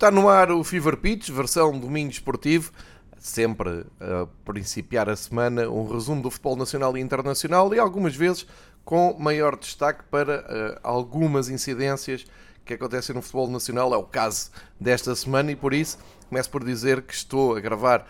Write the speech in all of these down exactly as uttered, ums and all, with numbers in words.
Está no ar o Fever Pitch, versão domingo esportivo, sempre a principiar a semana, um resumo do futebol nacional e internacional e algumas vezes com maior destaque para uh, algumas incidências que acontecem no futebol nacional. É o caso desta semana e por isso começo por dizer que estou a gravar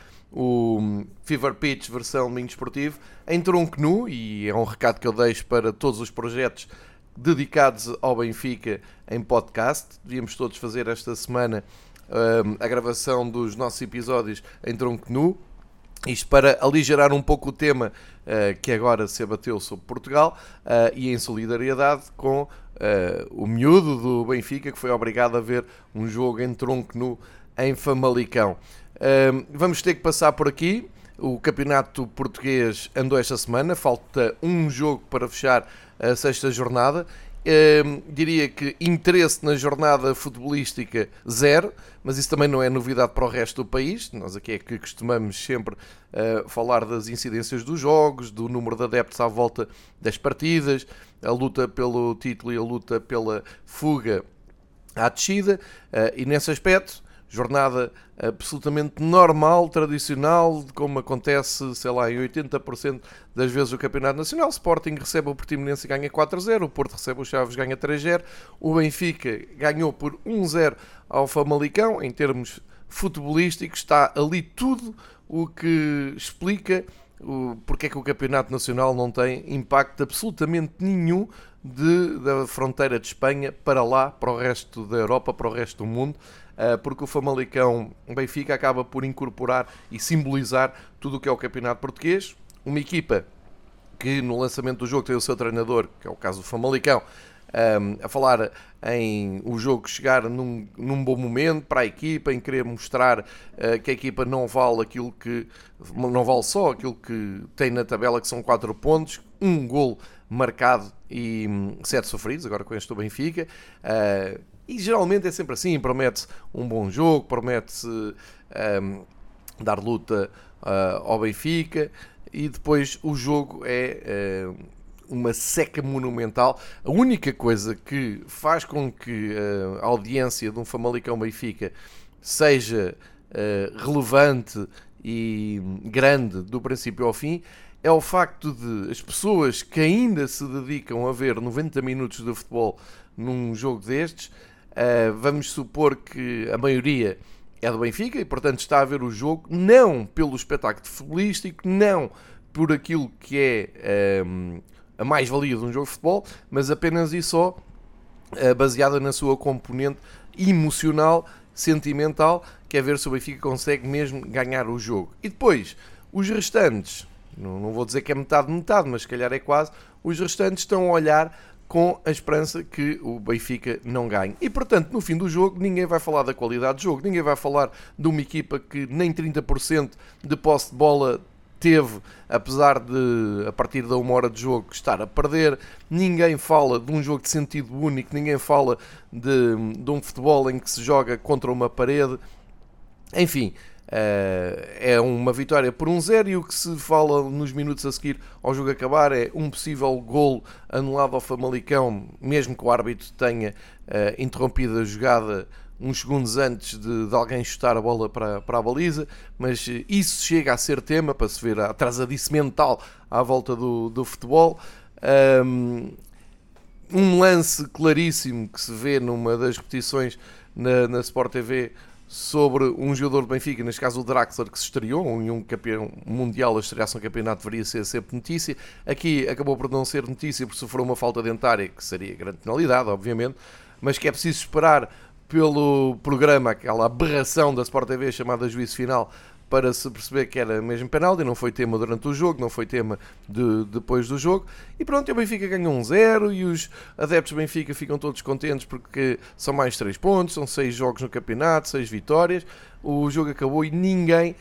o Fever Pitch versão domingo esportivo em tronco nu, e é um recado que eu deixo para todos os projetos dedicados ao Benfica em podcast. Devíamos todos fazer esta semana um, a gravação dos nossos episódios em tronco nu, isto para aligerar um pouco o tema uh, que agora se abateu sobre Portugal uh, e em solidariedade com uh, o miúdo do Benfica que foi obrigado a ver um jogo em tronco nu em Famalicão. Uh, vamos ter que passar por aqui. O campeonato português andou esta semana, falta um jogo para fechar a sexta jornada. Uh, diria que interesse na jornada futebolística zero, mas isso também não é novidade para o resto do país. Nós aqui é que costumamos sempre uh, falar das incidências dos jogos, do número de adeptos à volta das partidas, a luta pelo título e a luta pela fuga à descida, uh, e nesse aspecto jornada absolutamente normal, tradicional, como acontece, sei lá, em oitenta por cento das vezes o Campeonato Nacional. O Sporting recebe o Portimonense e ganha quatro a zero, o Porto recebe o Chaves e ganha três a zero, o Benfica ganhou por um a zero ao Famalicão. Em termos futebolísticos está ali tudo o que explica o, porque é que o Campeonato Nacional não tem impacto absolutamente nenhum de, da fronteira de Espanha para lá, para o resto da Europa, para o resto do mundo, porque o Famalicão Benfica acaba por incorporar e simbolizar tudo o que é o campeonato português. Uma equipa que no lançamento do jogo tem o seu treinador, que é o caso do Famalicão, a falar em o jogo chegar num, num bom momento para a equipa, em querer mostrar que a equipa não vale aquilo que não vale só aquilo que tem na tabela, que são quatro pontos, um golo marcado e sete sofridos, agora com este do Benfica. E geralmente é sempre assim, promete-se um bom jogo, promete-se um, dar luta uh, ao Benfica, e depois o jogo é uh, uma seca monumental. A única coisa que faz com que uh, a audiência de um Famalicão Benfica seja uh, relevante e grande do princípio ao fim é o facto de as pessoas que ainda se dedicam a ver noventa minutos de futebol num jogo destes, Uh, vamos supor que a maioria é do Benfica e, portanto, está a ver o jogo não pelo espetáculo futebolístico, não por aquilo que é um, a mais-valia de um jogo de futebol, mas apenas e só uh, baseada na sua componente emocional, sentimental, que é ver se o Benfica consegue mesmo ganhar o jogo. E depois, os restantes, não, não vou dizer que é metade de metade, mas se calhar é quase, os restantes estão a olhar com a esperança que o Benfica não ganhe. E, portanto, no fim do jogo, ninguém vai falar da qualidade do jogo, ninguém vai falar de uma equipa que nem trinta por cento de posse de bola teve, apesar de, a partir da uma hora de jogo, estar a perder. Ninguém fala de um jogo de sentido único, ninguém fala de, de um futebol em que se joga contra uma parede. Enfim, Uh, é uma vitória por um zero, e o que se fala nos minutos a seguir ao jogo acabar é um possível golo anulado ao Famalicão, mesmo que o árbitro tenha uh, interrompido a jogada uns segundos antes de, de alguém chutar a bola para, para a baliza. Mas uh, isso chega a ser tema para se ver a atrasadice mental à volta do, do futebol. Um, um lance claríssimo que se vê numa das repetições na, na Sport T V sobre um jogador do Benfica, neste caso o Draxler, que se estreou em um campeão mundial. A estreação do campeonato deveria ser sempre notícia. Aqui acabou por não ser notícia porque sofreu uma falta dentária, que seria grande penalidade, obviamente, mas que é preciso esperar pelo programa, aquela aberração da Sport T V chamada Juízo Final, para se perceber que era mesmo penalti. Não foi tema durante o jogo, não foi tema de, depois do jogo. E pronto, o Benfica ganhou um zero e os adeptos do Benfica ficam todos contentes porque são mais três pontos, são seis jogos no campeonato, seis vitórias. O jogo acabou e ninguém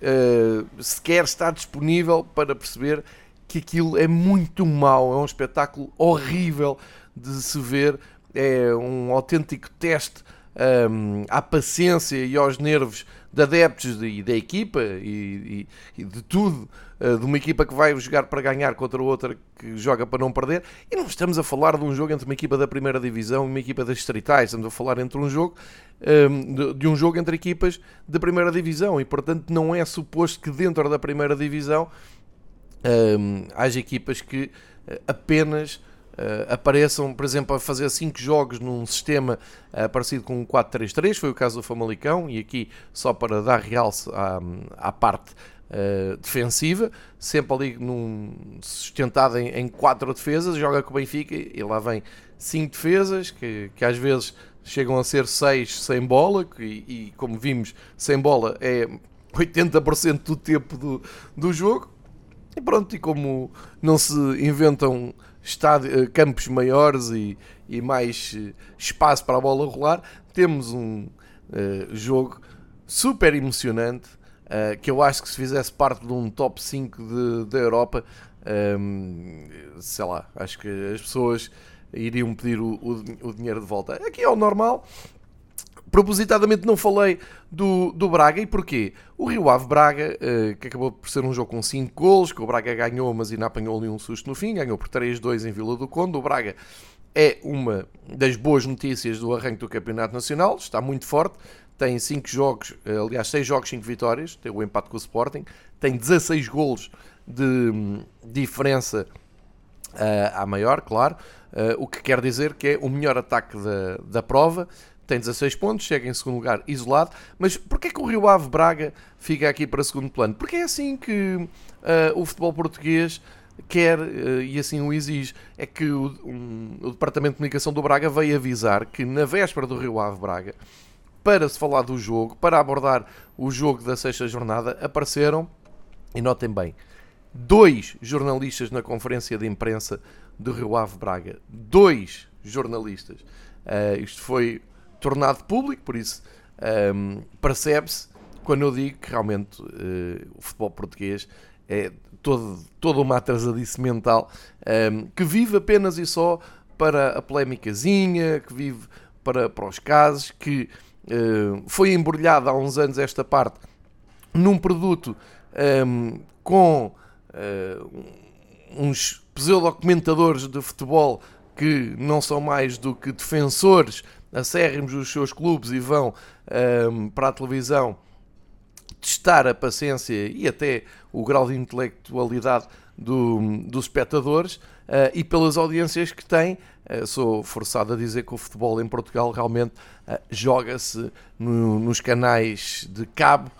uh, sequer está disponível para perceber que aquilo é muito mau, é um espetáculo horrível de se ver, é um autêntico teste um, à paciência e aos nervos de adeptos e da equipa e, e, e de tudo, uh, de uma equipa que vai jogar para ganhar contra outra que joga para não perder. E não estamos a falar de um jogo entre uma equipa da primeira divisão e uma equipa das distritais, estamos a falar entre um jogo um, de, de um jogo entre equipas da primeira divisão, e portanto não é suposto que dentro da primeira divisão um, haja equipas que uh, apenas Uh, apareçam, por exemplo, a fazer cinco jogos num sistema uh, parecido com um quatro três três, foi o caso do Famalicão, e aqui só para dar realce à, à parte uh, defensiva, sempre ali num, sustentado em, em quatro defesas, joga com o Benfica e lá vem cinco defesas, que, que às vezes chegam a ser seis sem bola, que, e como vimos, sem bola é oitenta por cento do tempo do, do jogo, e pronto, e como não se inventam Estádio, campos maiores e, e mais espaço para a bola rolar, temos um uh, jogo super emocionante, uh, que eu acho que se fizesse parte de um top cinco de, da Europa, um, sei lá, acho que as pessoas iriam pedir o, o, o dinheiro de volta. Aqui é o normal. Propositadamente não falei do, do Braga. E porquê? O Rio Ave Braga, uh, que acabou por ser um jogo com cinco golos, que o Braga ganhou, mas ainda apanhou ali um susto no fim, ganhou por três dois em Vila do Conde. O Braga é uma das boas notícias do arranque do Campeonato Nacional, está muito forte, tem cinco jogos, aliás seis jogos, cinco vitórias, tem o empate com o Sporting, tem dezasseis golos de um, diferença uh, à maior, claro, uh, o que quer dizer que é o melhor ataque da, da prova. Tem dezasseis pontos, chega em segundo lugar isolado. Mas porquê que o Rio Ave Braga fica aqui para segundo plano? Porque é assim que uh, o futebol português quer uh, e assim o exige. É que o, um, o Departamento de Comunicação do Braga veio avisar que na véspera do Rio Ave Braga, para se falar do jogo, para abordar o jogo da sexta jornada, apareceram, e notem bem, dois jornalistas na conferência de imprensa do Rio Ave Braga. Dois jornalistas. Uh, isto foi tornado público, por isso um, percebe-se quando eu digo que realmente uh, o futebol português é todo, toda uma atrasadice mental, um, que vive apenas e só para a polémicazinha, que vive para, para os casos, que uh, foi embrulhada há uns anos esta parte num produto um, com uh, uns pseudo-comentadores de futebol que não são mais do que defensores acérrimos dos seus clubes e vão um, para a televisão testar a paciência e até o grau de intelectualidade do, dos espectadores, uh, e pelas audiências que têm. Uh, sou forçado a dizer que o futebol em Portugal realmente uh, joga-se no, nos canais de cabo,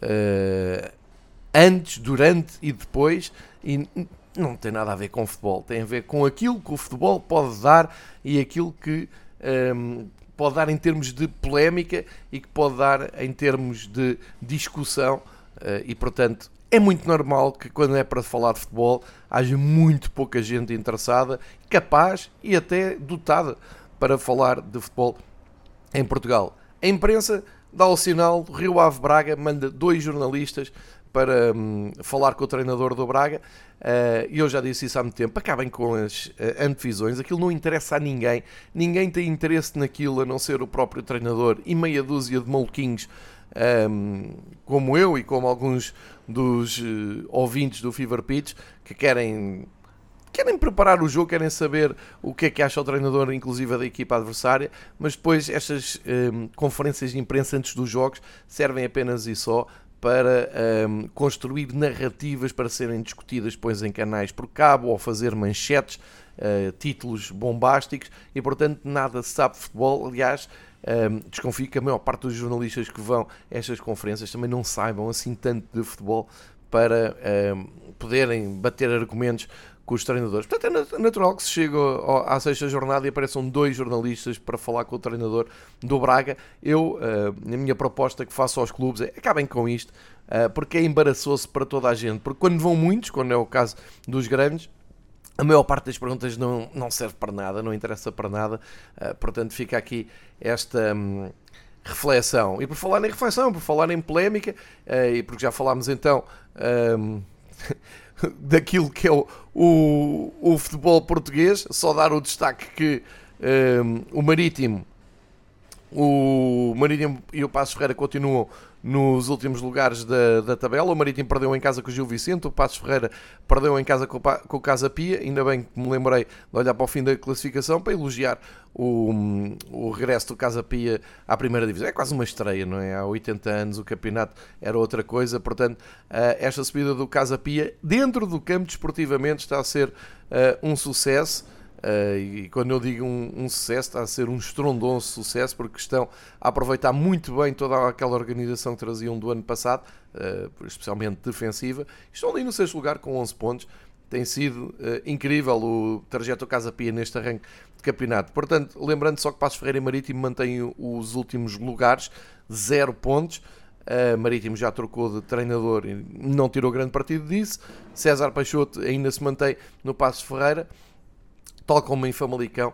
uh, antes, durante e depois, e não tem nada a ver com futebol, tem a ver com aquilo que o futebol pode dar e aquilo que um, pode dar em termos de polémica e que pode dar em termos de discussão, uh, e portanto é muito normal que quando é para falar de futebol haja muito pouca gente interessada, capaz e até dotada para falar de futebol em Portugal. A imprensa dá o sinal, o Rio Ave Braga manda dois jornalistas para hum, falar com o treinador do Braga, e uh, eu já disse isso há muito tempo. Acabem com as uh, antevisões, aquilo não interessa a ninguém, ninguém tem interesse naquilo a não ser o próprio treinador e meia dúzia de maluquinhos um, como eu e como alguns dos uh, ouvintes do Fever Pitch que querem, querem preparar o jogo, querem saber o que é que acha o treinador, inclusive da equipa adversária, mas depois estas um, conferências de imprensa antes dos jogos servem apenas e só para um, construir narrativas para serem discutidas depois em canais por cabo ou fazer manchetes, uh, títulos bombásticos, e portanto nada se sabe de futebol. Aliás, um, desconfio que a maior parte dos jornalistas que vão a estas conferências também não saibam assim tanto de futebol para um, poderem bater argumentos com os treinadores. Portanto, é natural que se chegue à sexta jornada e apareçam dois jornalistas para falar com o treinador do Braga. Eu, a minha proposta que faço aos clubes é: acabem com isto, porque é embaraçoso para toda a gente. Porque quando vão muitos, quando é o caso dos grandes, a maior parte das perguntas não, não serve para nada, não interessa para nada. Portanto, fica aqui esta hum, reflexão. E por falar em reflexão, por falar em polémica, e porque já falámos então hum, daquilo que é o, o, o futebol português, só dar o destaque que um, o Marítimo O Marítimo e o Passos Ferreira continuam nos últimos lugares da, da tabela. O Marítimo perdeu em casa com o Gil Vicente, o Passos Ferreira perdeu em casa com o, com o Casa Pia. Ainda bem que me lembrei de olhar para o fim da classificação para elogiar o, o regresso do Casa Pia à primeira divisão. É quase uma estreia, não é? Há oitenta anos o campeonato era outra coisa. Portanto, esta subida do Casa Pia dentro do campo desportivamente está a ser um sucesso. Uh, e quando eu digo um, um sucesso, está a ser um estrondoso sucesso, porque estão a aproveitar muito bem toda aquela organização que traziam do ano passado, uh, especialmente defensiva. Estão ali no sexto lugar com onze pontos. Tem sido uh, incrível o trajeto do Casa Pia neste arranque de campeonato. Portanto, lembrando só que Passos Ferreira e Marítimo mantêm os últimos lugares, zero pontos. Uh, Marítimo já trocou de treinador e não tirou grande partido disso. César Peixoto ainda se mantém no Passos Ferreira, tal como em Famalicão,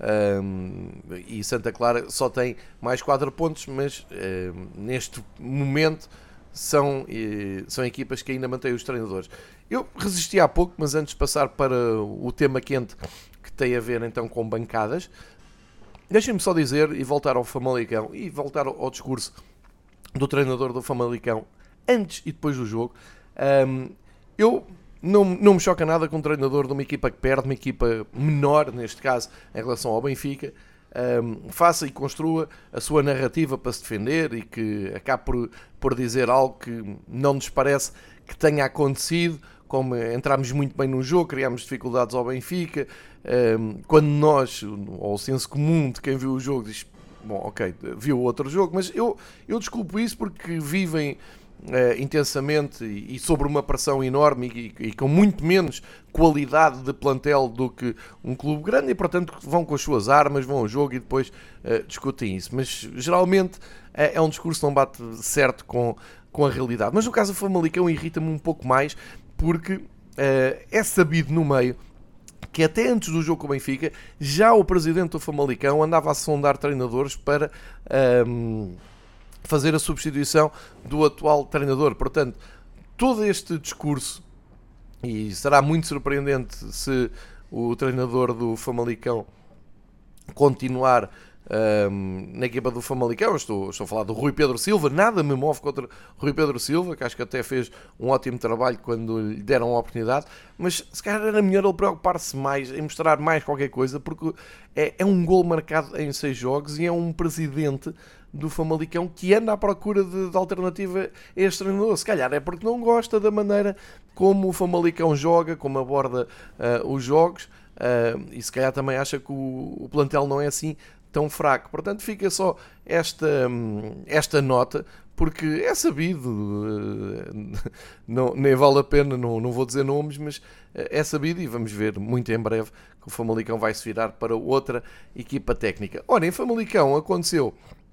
um, e Santa Clara só tem mais quatro pontos, mas um, neste momento são, uh, são equipas que ainda mantêm os treinadores. Eu resisti há pouco, mas antes de passar para o tema quente que tem a ver então com bancadas, deixem-me só dizer e voltar ao Famalicão e voltar ao, ao discurso do treinador do Famalicão antes e depois do jogo. Um, eu Não, não me choca nada que um treinador de uma equipa que perde, uma equipa menor, neste caso, em relação ao Benfica, um, faça e construa a sua narrativa para se defender e que acabe por, por dizer algo que não nos parece que tenha acontecido, como entramos muito bem no jogo, criámos dificuldades ao Benfica, um, quando nós, ou o senso comum de quem viu o jogo, diz, bom, ok, viu outro jogo, mas eu, eu desculpo isso porque vivem Uh, intensamente e, e sobre uma pressão enorme e, e com muito menos qualidade de plantel do que um clube grande e, portanto, vão com as suas armas, vão ao jogo e depois uh, discutem isso. Mas, geralmente, uh, é um discurso que não bate certo com, com a realidade. Mas, no caso do Famalicão, irrita-me um pouco mais porque uh, é sabido no meio que até antes do jogo com o Benfica, já o presidente do Famalicão andava a sondar treinadores para Um, fazer a substituição do atual treinador. Portanto, todo este discurso, e será muito surpreendente se o treinador do Famalicão continuar um, na equipa do Famalicão, estou, estou a falar do Rui Pedro Silva, nada me move contra Rui Pedro Silva, que acho que até fez um ótimo trabalho quando lhe deram a oportunidade, mas se calhar era melhor ele preocupar-se mais em mostrar mais qualquer coisa, porque é, é um gol marcado em seis jogos e é um presidente do Famalicão que anda à procura de, de alternativa a este treinador. Se calhar é porque não gosta da maneira como o Famalicão joga, como aborda uh, os jogos, uh, e se calhar também acha que o, o plantel não é assim tão fraco. Portanto, fica só esta, esta nota, porque é sabido, uh, não, nem vale a pena, não, não vou dizer nomes, mas é sabido e vamos ver muito em breve que o Famalicão vai se virar para outra equipa técnica. Ora, em Famalicão aconteceu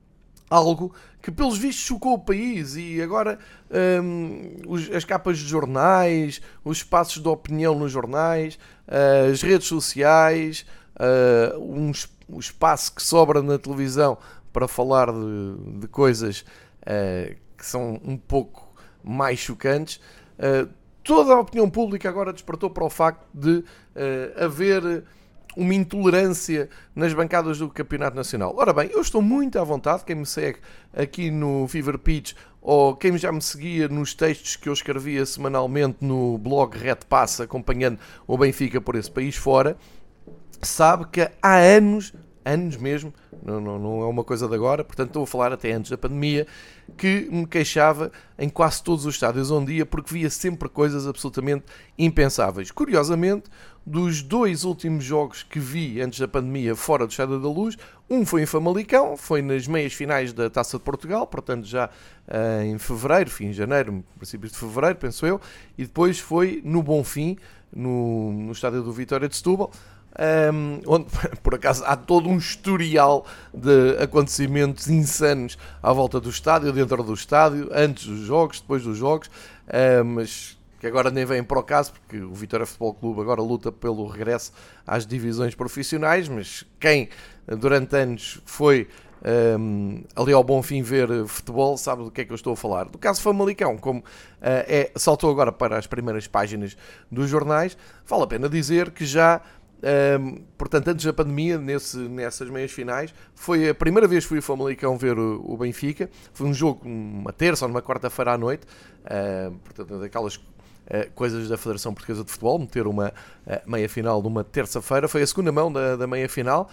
algo que pelos vistos chocou o país e agora hum, os, as capas de jornais, os espaços de opinião nos jornais, uh, as redes sociais, uh, um, um espaço que sobra na televisão para falar de, de coisas uh, que são um pouco mais chocantes. Uh, toda a opinião pública agora despertou para o facto de uh, haver uma intolerância nas bancadas do Campeonato Nacional. Ora bem, eu estou muito à vontade, quem me segue aqui no Fever Pitch ou quem já me seguia nos textos que eu escrevia semanalmente no blog Red Pass, acompanhando o Benfica por esse país fora, sabe que há anos, anos mesmo, não, não, não é uma coisa de agora, portanto estou a falar até antes da pandemia, que me queixava em quase todos os estádios onde ia, porque via sempre coisas absolutamente impensáveis. Curiosamente, dos dois últimos jogos que vi antes da pandemia fora do Estádio da Luz, um foi em Famalicão, foi nas meias finais da Taça de Portugal, portanto já uh, em fevereiro, fim de janeiro, princípios de fevereiro, penso eu, e depois foi no Bonfim, no, no Estádio do Vitória de Setúbal, Um, onde, por acaso, há todo um historial de acontecimentos insanos à volta do estádio, dentro do estádio, antes dos jogos, depois dos jogos, uh, mas que agora nem vêm para o caso, porque o Vitória Futebol Clube agora luta pelo regresso às divisões profissionais, mas quem durante anos foi um, ali ao Bonfim ver futebol sabe do que é que eu estou a falar. Do caso Famalicão, como uh, é, saltou agora para as primeiras páginas dos jornais, vale a pena dizer que já Um, portanto, antes da pandemia, nesse, nessas meias finais, foi a primeira vez que fui a Famalicão ver o, o Benfica. Foi um jogo uma terça ou numa quarta-feira à noite, uh, portanto, daquelas uh, coisas da Federação Portuguesa de Futebol, meter uma uh, meia final numa terça-feira. Foi a segunda mão da, da meia final.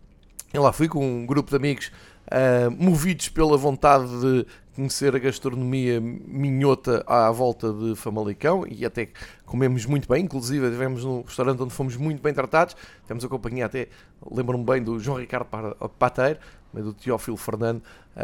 Eu lá fui com um grupo de amigos uh, movidos pela vontade de conhecer a gastronomia minhota à volta de Famalicão, e até comemos muito bem. Inclusive estivemos num restaurante onde fomos muito bem tratados. Temos a companhia até, lembro-me bem, do João Ricardo Pateiro, do Teófilo Fernando,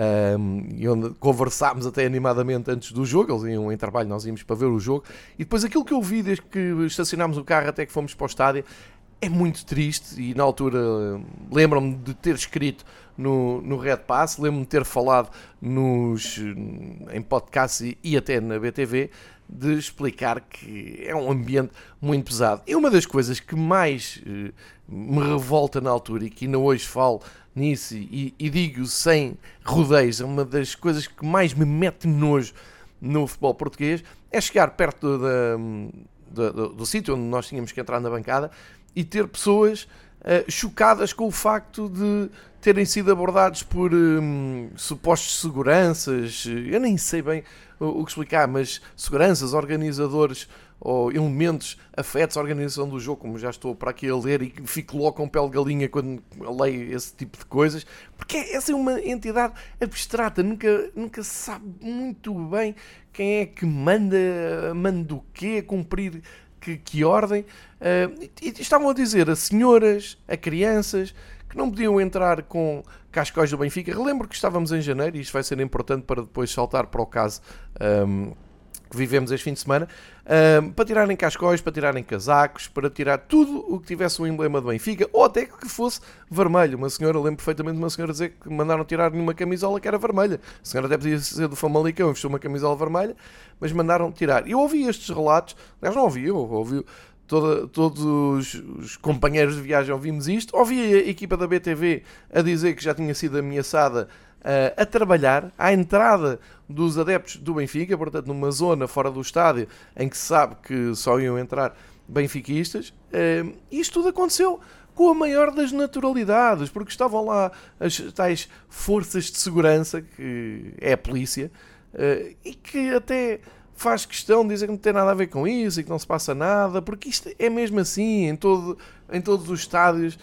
um, e onde conversámos até animadamente antes do jogo. Eles iam em trabalho, nós íamos para ver o jogo, e depois aquilo que eu vi desde que estacionámos o carro até que fomos para o estádio é muito triste. E na altura lembro-me de ter escrito no, no Red Pass, lembro-me de ter falado nos, em podcasts e, e até na B T V, de explicar que é um ambiente muito pesado. E uma das coisas que mais eh, me revolta na altura, e que ainda hoje falo nisso e, e digo sem rodeios, é uma das coisas que mais me mete nojo no futebol português, é chegar perto da, da, do, do sítio onde nós tínhamos que entrar na bancada e ter pessoas uh, chocadas com o facto de terem sido abordados por um, supostos seguranças. Eu nem sei bem o, o que explicar, mas seguranças, organizadores ou elementos afetos à organização do jogo, como já estou para aqui a ler, e fico logo com pele de galinha quando leio esse tipo de coisas, porque essa é uma entidade abstrata, nunca, nunca se sabe muito bem quem é que manda, manda o quê, a cumprir Que, que ordem, uh, e, e estavam a dizer a senhoras, a crianças, que não podiam entrar com cascóis do Benfica. Relembro que estávamos em janeiro, e isto vai ser importante para depois saltar para o caso um, que vivemos este fim de semana, um, para tirarem cascóis, para tirarem casacos, para tirar tudo o que tivesse o emblema do Benfica, ou até que fosse vermelho. Uma senhora, lembro perfeitamente de uma senhora dizer que mandaram tirar uma camisola que era vermelha. A senhora até podia ser do Famalicão e vestiu uma camisola vermelha, mas mandaram tirar. Eu ouvi estes relatos, aliás não ouvi eu, ouvi toda, todos os, os companheiros de viagem ouvimos isto, ouvi a equipa da B T V a dizer que já tinha sido ameaçada uh, a trabalhar à entrada dos adeptos do Benfica, portanto numa zona fora do estádio em que se sabe que só iam entrar benfiquistas. Uh, isto tudo aconteceu com a maior das naturalidades, porque estavam lá as tais forças de segurança, que é a polícia, Uh, e que até faz questão de dizer que não tem nada a ver com isso e que não se passa nada, porque isto é mesmo assim, em, todo, em todos os estádios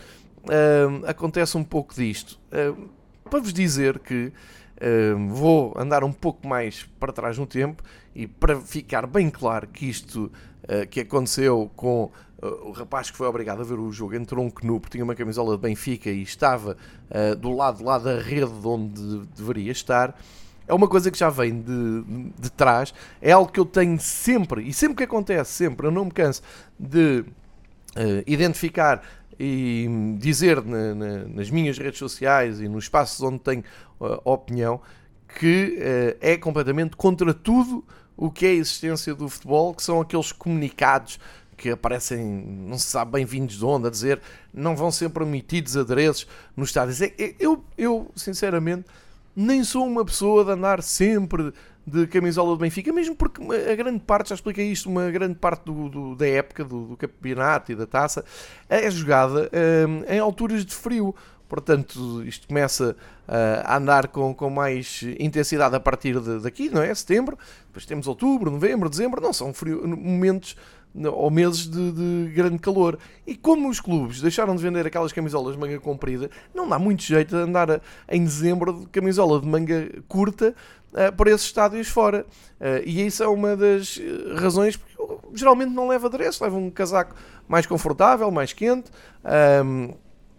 uh, acontece um pouco disto. Uh, para vos dizer que uh, vou andar um pouco mais para trás no tempo, e para ficar bem claro que isto uh, que aconteceu com uh, o rapaz que foi obrigado a ver o jogo, entrou um nu porque tinha uma camisola de Benfica e estava uh, do lado lá da rede onde deveria estar, é uma coisa que já vem de, de trás, é algo que eu tenho sempre, e sempre que acontece, sempre, eu não me canso de uh, identificar e dizer na, na, nas minhas redes sociais e nos espaços onde tenho uh, opinião, que uh, é completamente contra tudo o que é a existência do futebol, que são aqueles comunicados que aparecem, não se sabe bem vindos de onde, a dizer não vão ser permitidos adereços nos estádios. Eu, eu, sinceramente, nem sou uma pessoa de andar sempre de camisola do Benfica, mesmo porque a grande parte, já expliquei isto, uma grande parte do, do, da época, do, do campeonato e da taça, é jogada um, em alturas de frio. Portanto, isto começa uh, a andar com, com mais intensidade a partir de, daqui, não é? Setembro, depois temos outubro, novembro, dezembro, não são frio, momentos ou meses de, de grande calor. E como os clubes deixaram de vender aquelas camisolas de manga comprida, não dá muito jeito de andar a, em dezembro de camisola de manga curta uh, por esses estádios fora. Uh, e isso é uma das razões porque eu, geralmente não levo adereço, levo um casaco mais confortável, mais quente. Um,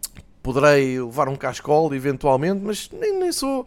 poderei levar um cascol eventualmente, mas nem, nem sou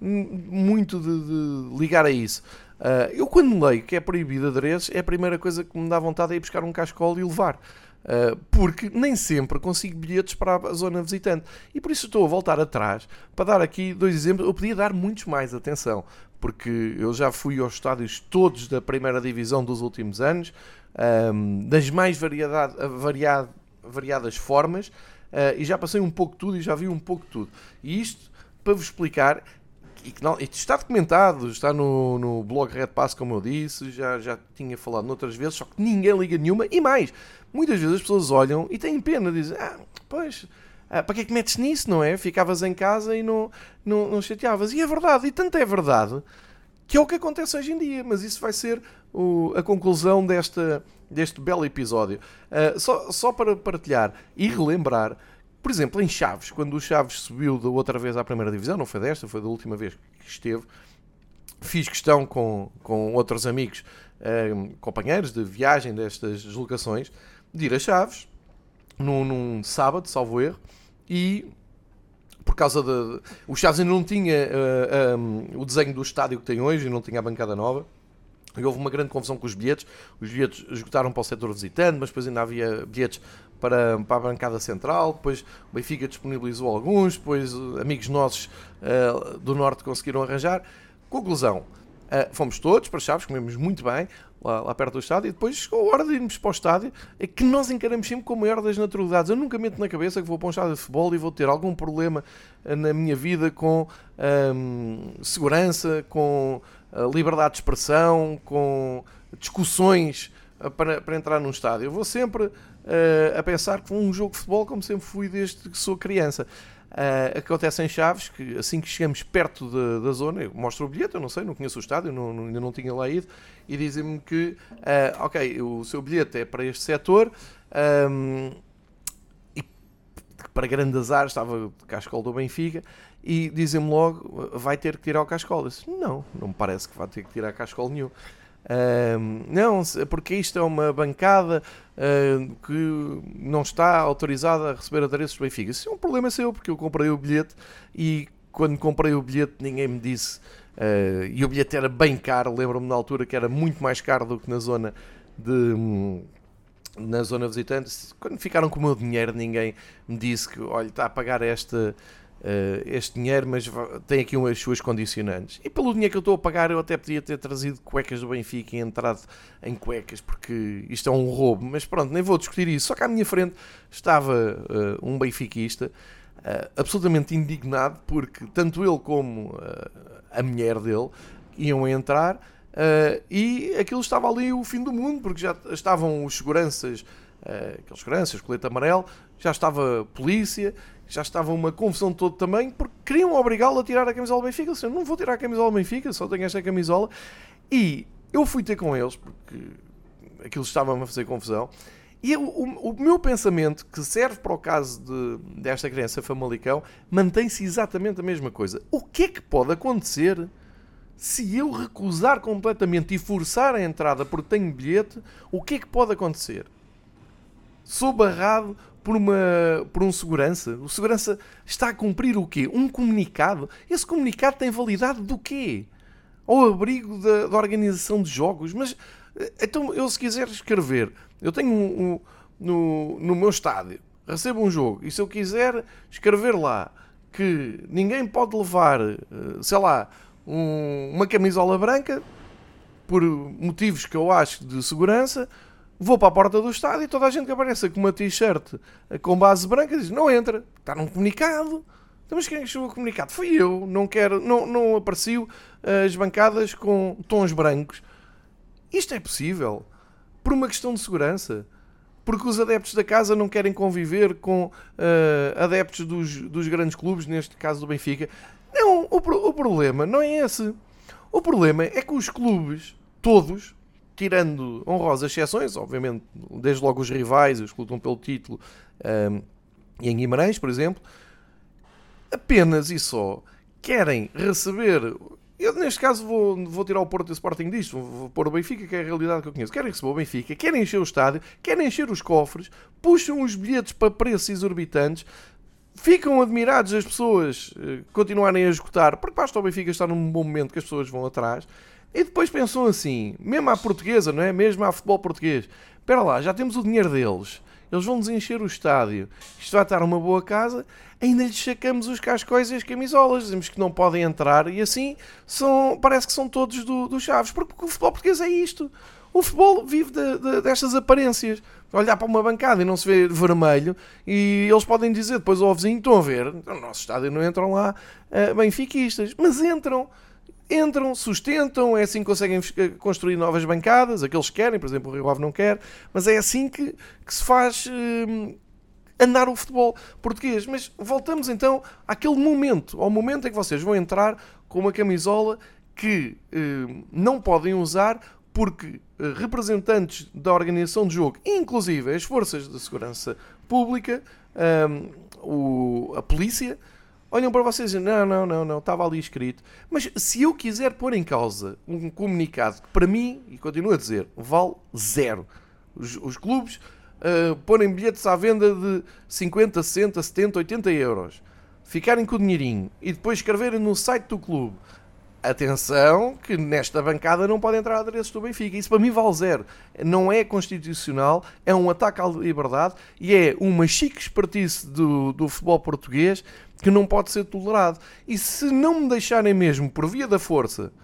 muito de, de ligar a isso. Uh, eu quando leio que é proibido adereços, é a primeira coisa que me dá vontade é ir buscar um cascol e levar. Uh, porque nem sempre consigo bilhetes para a zona visitante. E por isso estou a voltar atrás para dar aqui dois exemplos. Eu podia dar muitos mais, atenção, porque eu já fui aos estádios todos da primeira divisão dos últimos anos, um, das mais variedade, variado, variadas formas, uh, e já passei um pouco de tudo e já vi um pouco de tudo. E isto para vos explicar e que não, isto está documentado, está no, no blog Red Pass, como eu disse, já, já tinha falado noutras vezes, só que ninguém liga nenhuma. E mais, muitas vezes as pessoas olham e têm pena, dizem, ah, pois, ah, para que é que metes nisso, não é? Ficavas em casa e não, não, não chateavas. E é verdade, e tanto é verdade, que é o que acontece hoje em dia, mas isso vai ser o, a conclusão desta, deste belo episódio. Uh, só, só para partilhar e relembrar, por exemplo, em Chaves, quando o Chaves subiu da outra vez à primeira divisão, não foi desta, foi da última vez que esteve, fiz questão com, com outros amigos, uh, companheiros de viagem destas deslocações, de ir a Chaves, num, num sábado, salvo erro, e por causa de... O Chaves ainda não tinha uh, um, o desenho do estádio que tem hoje, e não tinha a bancada nova, e houve uma grande confusão com os bilhetes. Os bilhetes esgotaram para o setor visitante, mas depois ainda havia bilhetes para, para a bancada central. Depois o Benfica disponibilizou alguns, depois amigos nossos uh, do Norte conseguiram arranjar. Conclusão, uh, fomos todos para Chaves, comemos muito bem lá, lá perto do estádio, e depois chegou a hora de irmos para o estádio, é que nós encaramos sempre com a maior das naturalidades. Eu nunca meto na cabeça que vou para um estádio de futebol e vou ter algum problema na minha vida com um, segurança, com liberdade de expressão, com discussões para, para entrar num estádio. Eu vou sempre uh, a pensar que um jogo de futebol, como sempre fui desde que sou criança. Uh, acontece em Chaves, que assim que chegamos perto da, da zona, eu mostro o bilhete, eu não sei, não conheço o estádio, não, não, ainda não tinha lá ido, e dizem-me que, uh, ok, o seu bilhete é para este setor, um, e para grande azar estava de cascola do Benfica, e dizem-me logo, vai ter que tirar o cascola. Eu disse, não, não me parece que vai ter que tirar cascola nenhum. Um, não, porque isto é uma bancada uh, que não está autorizada a receber adereços do Benfica. Isso é um problema seu, porque eu comprei o bilhete e quando comprei o bilhete ninguém me disse, uh, e o bilhete era bem caro, lembro-me na altura que era muito mais caro do que na zona de... na zona visitante. Quando ficaram com o meu dinheiro ninguém me disse que, olha, está a pagar esta... Uh, este dinheiro, mas tem aqui umas suas condicionantes. E pelo dinheiro que eu estou a pagar, eu até podia ter trazido cuecas do Benfica e entrado em cuecas, porque isto é um roubo. Mas pronto, nem vou discutir isso. Só que à minha frente estava uh, um benfiquista uh, absolutamente indignado, porque tanto ele como uh, a mulher dele iam entrar uh, e aquilo estava ali o fim do mundo, porque já estavam os seguranças, uh, aqueles seguranças, colete amarelo, já estava a polícia, já estava uma confusão de todo tamanho, porque queriam obrigá-lo a tirar a camisola do Benfica. Eu disse, não vou tirar a camisola do Benfica, só tenho esta camisola. E eu fui ter com eles, porque aquilo estava-me a fazer confusão. E eu, o, o meu pensamento, que serve para o caso de, desta criança Famalicão, mantém-se exatamente a mesma coisa. O que é que pode acontecer se eu recusar completamente e forçar a entrada porque tenho bilhete? O que é que pode acontecer? Sou barrado por, uma, por um segurança. O segurança está a cumprir o quê? Um comunicado. Esse comunicado tem validade do quê? Ao abrigo da, da organização de jogos. Mas, então, eu se quiser escrever, eu tenho um, um, no, no meu estádio, recebo um jogo, e se eu quiser escrever lá que ninguém pode levar, sei lá, um, uma camisola branca, por motivos que eu acho de segurança, vou para a porta do estádio e toda a gente que aparece com uma t-shirt com base branca diz, não entra, está num comunicado. Mas quem chegou o comunicado? Fui eu, não, quero, não, não apareciam as bancadas com tons brancos. Isto é possível por uma questão de segurança, porque os adeptos da casa não querem conviver com uh, adeptos dos, dos grandes clubes, neste caso do Benfica. Não, o, o problema não é esse. O problema é que os clubes, todos, tirando honrosas exceções, obviamente, desde logo os rivais, os que lutam pelo título, um, e em Guimarães, por exemplo, apenas e só querem receber... Eu, neste caso, vou, vou tirar o Porto e o Sporting disto, vou, vou pôr o Benfica, que é a realidade que eu conheço. Querem receber o Benfica, querem encher o estádio, querem encher os cofres, puxam os bilhetes para preços exorbitantes, ficam admirados as pessoas uh, continuarem a esgotar, porque basta o Benfica estar num bom momento que as pessoas vão atrás. E depois pensam assim, mesmo à portuguesa, não é? Mesmo à futebol português. Espera lá, já temos o dinheiro deles. Eles vão-nos encher o estádio. Isto vai estar uma boa casa. Ainda lhes sacamos os cascóis e as camisolas. Dizemos que não podem entrar. E assim, são, parece que são todos do, do Chaves. Porque, porque o futebol português é isto. O futebol vive de, de, destas aparências. Olhar para uma bancada e não se vê vermelho, e eles podem dizer depois ao vizinho: estão a ver, no nosso estádio não entram lá uh, benfiquistas, mas entram. Entram, sustentam, é assim que conseguem construir novas bancadas, aqueles que querem, por exemplo o Rio Ave não quer, mas é assim que, que se faz uh, andar o futebol português. Mas voltamos então àquele momento, ao momento em que vocês vão entrar com uma camisola que uh, não podem usar porque uh, representantes da organização de jogo, inclusive as forças de segurança pública, um, o, a polícia, olham para vocês e dizem: não, não, não, não, estava ali escrito. Mas se eu quiser pôr em causa um comunicado que para mim, e continuo a dizer, vale zero. Os, os clubes uh, porem bilhetes à venda de cinquenta, sessenta, setenta, oitenta euros, ficarem com o dinheirinho e depois escreverem no site do clube: atenção, que nesta bancada não podem entrar adereços do Benfica. Isso para mim vale zero. Não é constitucional, é um ataque à liberdade e é uma chique espertice do, do futebol português que não pode ser tolerado. E se não me deixarem mesmo por via da força,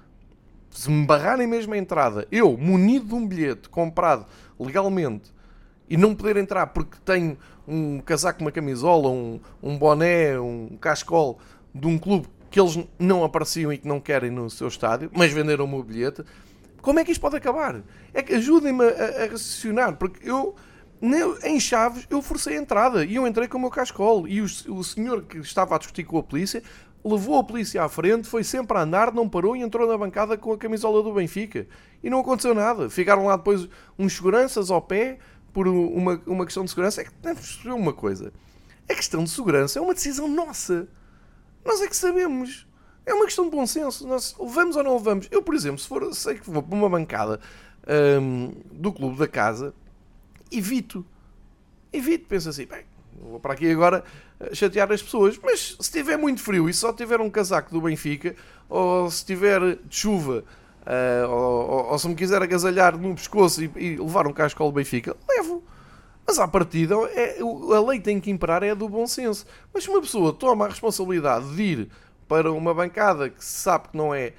se me barrarem mesmo a entrada, eu, munido de um bilhete comprado legalmente, e não poder entrar porque tenho um casaco, uma camisola, um, um boné, um cascol de um clube que eles não apareciam e que não querem no seu estádio, mas venderam-me o bilhete, como é que isto pode acabar? É que ajudem-me a, a, a raciocinar, porque eu, em Chaves, eu forcei a entrada e eu entrei com o meu cascol, e o, o senhor que estava a discutir com a polícia levou a polícia à frente, foi sempre a andar, não parou e entrou na bancada com a camisola do Benfica. E não aconteceu nada. Ficaram lá depois uns seguranças ao pé por uma, uma questão de segurança. É que devemos perceber uma coisa. A questão de segurança é uma decisão nossa. Nós é que sabemos. É uma questão de bom senso. Nós levamos ou não levamos. Eu, por exemplo, se for, sei que vou para uma bancada hum, do clube da casa, evito. Evito. Penso assim, bem, vou para aqui agora chatear as pessoas. Mas se tiver muito frio e só tiver um casaco do Benfica, ou se tiver de chuva, uh, ou, ou, ou se me quiser agasalhar no pescoço e, e levar um cascol do Benfica, levo. Mas à partida, é, a lei tem que imperar é a do bom senso. Mas se uma pessoa toma a responsabilidade de ir para uma bancada que se sabe que não é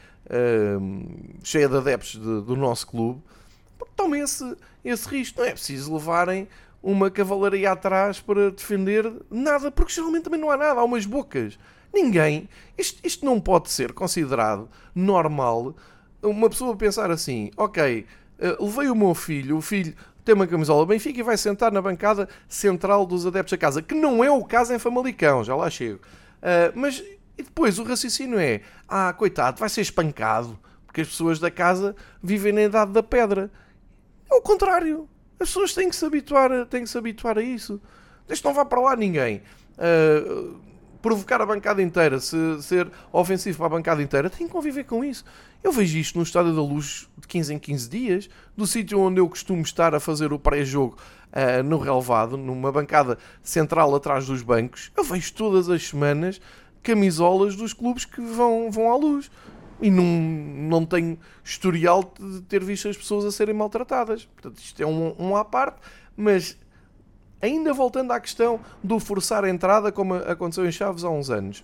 uh, cheia de adeptos de, do nosso clube, tome esse, esse risco. Não é preciso levarem uma cavalaria atrás para defender nada, porque geralmente também não há nada, há umas bocas. Ninguém, isto, isto não pode ser considerado normal uma pessoa pensar assim: ok, uh, levei o meu filho, o filho tem uma camisola Benfica e vai sentar na bancada central dos adeptos da casa, que não é o caso em Famalicão, já lá chego. Uh, mas e depois o raciocínio é: ah, coitado, vai ser espancado, porque as pessoas da casa vivem na idade da pedra. É o contrário. As pessoas têm que se habituar, têm que se habituar a isso. Desde que não vá para lá ninguém uh, provocar a bancada inteira, se ser ofensivo para a bancada inteira, tem que conviver com isso. Eu vejo isto no Estádio da Luz de quinze em quinze dias, do sítio onde eu costumo estar a fazer o pré-jogo uh, no relvado, numa bancada central atrás dos bancos. Eu vejo todas as semanas camisolas dos clubes que vão, vão à Luz. E não, não tenho historial de ter visto as pessoas a serem maltratadas. Portanto, isto é um, um à parte, mas ainda voltando à questão do forçar a entrada, como aconteceu em Chaves há uns anos.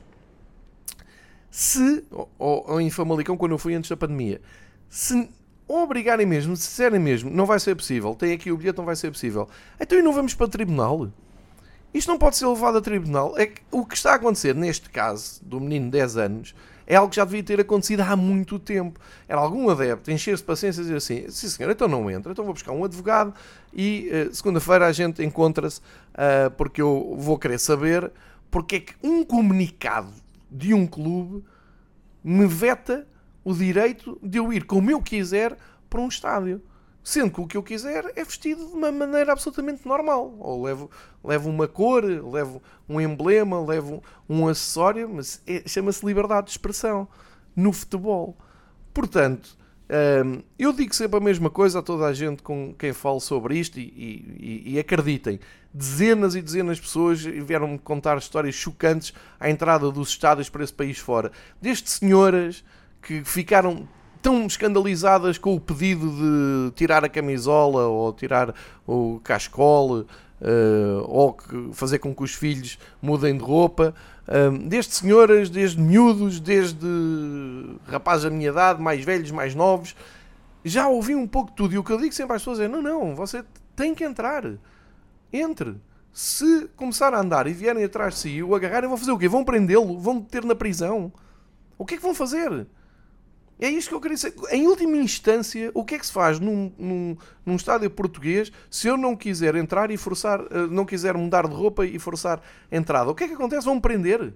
Se, ou, ou em Famalicão, quando eu fui antes da pandemia, se obrigarem mesmo, se disserem mesmo, não vai ser possível, tem aqui o bilhete, não vai ser possível, então e não vamos para o tribunal? Isto não pode ser levado a tribunal. É que o que está a acontecer neste caso, do menino de dez anos, é algo que já devia ter acontecido há muito tempo. Era algum adepto encher-se de paciência e dizer assim: sim senhor, então não entra, então vou buscar um advogado e uh, segunda-feira a gente encontra-se, uh, porque eu vou querer saber porque é que um comunicado de um clube me veta o direito de eu ir como eu quiser para um estádio. Sendo que o que eu quiser é vestido de uma maneira absolutamente normal. Ou levo, levo uma cor, levo um emblema, levo um acessório, mas é, chama-se liberdade de expressão no futebol. Portanto, hum, eu digo sempre a mesma coisa a toda a gente com quem falo sobre isto, e, e, e acreditem, dezenas e dezenas de pessoas vieram-me contar histórias chocantes à entrada dos estádios para esse país fora. Desde senhoras que ficaram tão escandalizadas com o pedido de tirar a camisola ou tirar o cascol, uh, ou que fazer com que os filhos mudem de roupa, uh, desde senhoras, desde miúdos, desde rapazes da minha idade, mais velhos, mais novos, já ouvi um pouco de tudo. E o que eu digo sempre às pessoas é: não, não, você tem que entrar. Entre. Se começar a andar e vierem atrás de si e o agarrarem, vão fazer o quê? Vão prendê-lo? Vão meter na prisão? O que é que vão fazer? É isto que eu queria dizer. Em última instância, o que é que se faz num, num, num estádio português se eu não quiser entrar e forçar, não quiser mudar de roupa e forçar a entrada? O que é que acontece? Vão prender?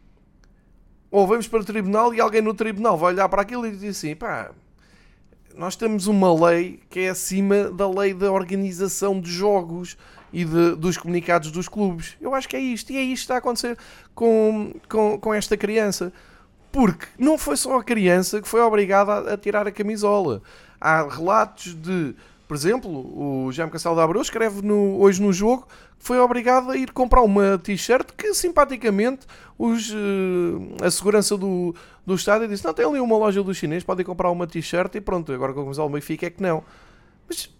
Ou vamos para o tribunal e alguém no tribunal vai olhar para aquilo e diz assim: pá, nós temos uma lei que é acima da lei da organização de jogos e de, dos comunicados dos clubes. Eu acho que é isto. E é isto que está a acontecer com, com, com esta criança. Porque não foi só a criança que foi obrigada a, a tirar a camisola. Há relatos de, por exemplo, o Jaime Castelo de Abreu escreve no, hoje no jogo que foi obrigado a ir comprar uma t-shirt que simpaticamente os, uh, a segurança do, do estádio disse: não, tem ali uma loja do chinês, podem comprar uma t-shirt e pronto, agora com a camisola do Benfica é que não. Mas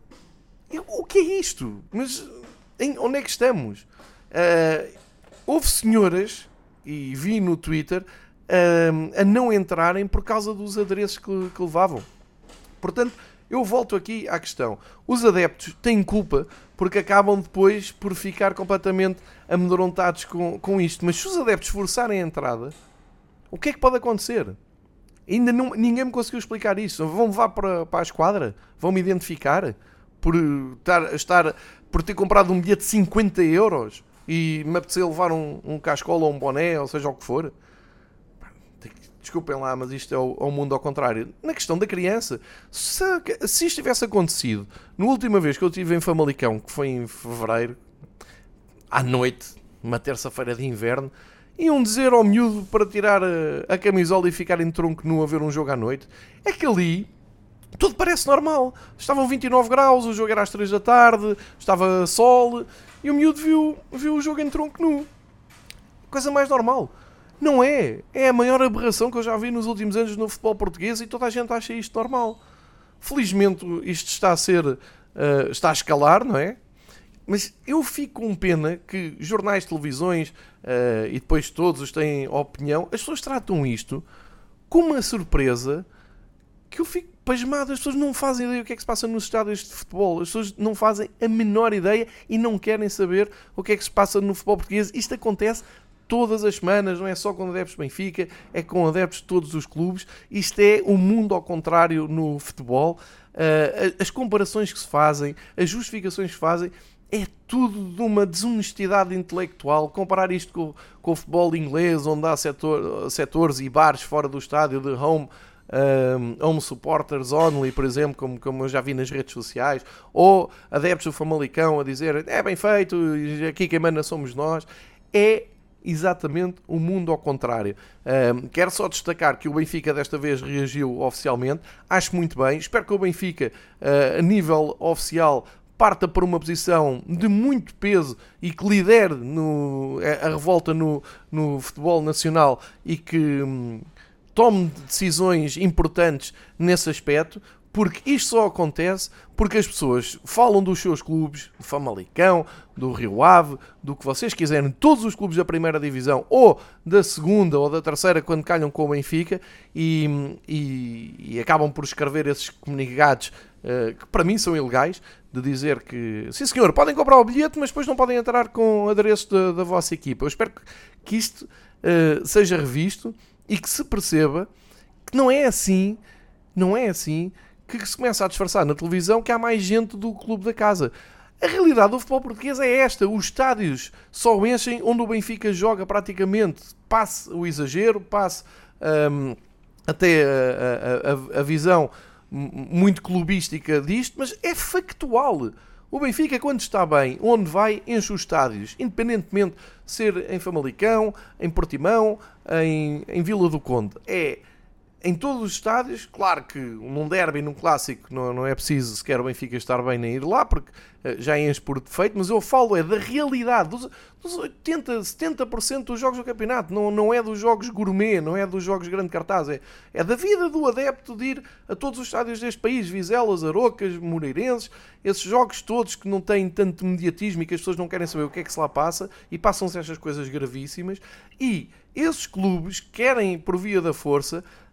o que é isto? Mas em, onde é que estamos? Uh, houve senhoras, e vi no Twitter, uh, a não entrarem por causa dos adereços que, que levavam. Portanto, eu volto aqui à questão. Os adeptos têm culpa porque acabam depois por ficar completamente amedrontados com, com isto. Mas se os adeptos forçarem a entrada, o que é que pode acontecer? Ainda não, ninguém me conseguiu explicar isso. Vão levar para, para a esquadra? Vão me identificar? Por, estar, estar, por ter comprado um bilhete de cinquenta euros e me apetecer levar um, um cascola ou um boné, ou seja o que for. Desculpem lá, mas isto é o, é o mundo ao contrário. Na questão da criança, se, se isto tivesse acontecido na última vez que eu estive em Famalicão, que foi em fevereiro, à noite, uma terça-feira de inverno, iam dizer ao miúdo para tirar a, a camisola e ficar em tronco nu a ver um jogo à noite. É que ali tudo parece normal. Estavam vinte e nove graus, o jogo era às três da tarde, estava sol, e o miúdo viu, viu o jogo em tronco nu. Coisa mais normal. Não é. É a maior aberração que eu já vi nos últimos anos no futebol português e toda a gente acha isto normal. Felizmente isto está a ser, uh, está a escalar, não é? Mas eu fico com pena que jornais, televisões uh, e depois todos têm opinião. As pessoas tratam isto com uma surpresa que eu fico pasmado. As pessoas não fazem ideia do que é que se passa nos estádios de futebol. As pessoas não fazem a menor ideia e não querem saber o que é que se passa no futebol português. Isto acontece todas as semanas, não é só com adeptos do Benfica, é com adeptos de todos os clubes. Isto é o mundo ao contrário no futebol. Uh, as comparações que se fazem, as justificações que se fazem, é tudo de uma desonestidade intelectual. Comparar isto com, com o futebol inglês, onde há setor, setores e bares fora do estádio de home, um, home supporters only, por exemplo, como, como eu já vi nas redes sociais, ou adeptos do Famalicão a dizer: é bem feito, aqui quem manda somos nós. É exatamente o mundo ao contrário. Um, quero só destacar que o Benfica desta vez reagiu oficialmente. Acho muito bem. Espero que o Benfica, uh, a nível oficial, parta por uma posição de muito peso e que lidere no, a revolta no, no futebol nacional e que hum, tome decisões importantes nesse aspecto. Porque isto só acontece porque as pessoas falam dos seus clubes, do Famalicão, do Rio Ave, do que vocês quiserem, todos os clubes da primeira divisão ou da segunda ou da terceira quando calham com o Benfica e, e, e acabam por escrever esses comunicados uh, que para mim são ilegais, de dizer que, sim senhor, podem comprar o bilhete, mas depois não podem entrar com o adereço da, da vossa equipa. Eu espero que, que isto uh, seja revisto e que se perceba que não é assim, não é assim que se começa a disfarçar na televisão que há mais gente do clube da casa. A realidade do futebol português é esta. Os estádios só enchem onde o Benfica joga praticamente. Passe o exagero, passe um, até a, a, a, a visão muito clubística disto, mas é factual. O Benfica, quando está bem, onde vai, enche os estádios, independentemente de ser em Famalicão, em Portimão, em, em Vila do Conde. É em todos os estádios. Claro que num derby, num clássico, não, não é preciso sequer o Benfica estar bem nem ir lá, porque uh, já enche por defeito, mas eu falo é da realidade, dos, dos oitenta, setenta por cento dos jogos do campeonato, não, não é dos jogos gourmet, não é dos jogos grande cartaz, é, é da vida do adepto de ir a todos os estádios deste país, Vizelas, Arocas, Moreirenses, esses jogos todos que não têm tanto mediatismo e que as pessoas não querem saber o que é que se lá passa, e passam-se estas coisas gravíssimas, e esses clubes querem, por via da força,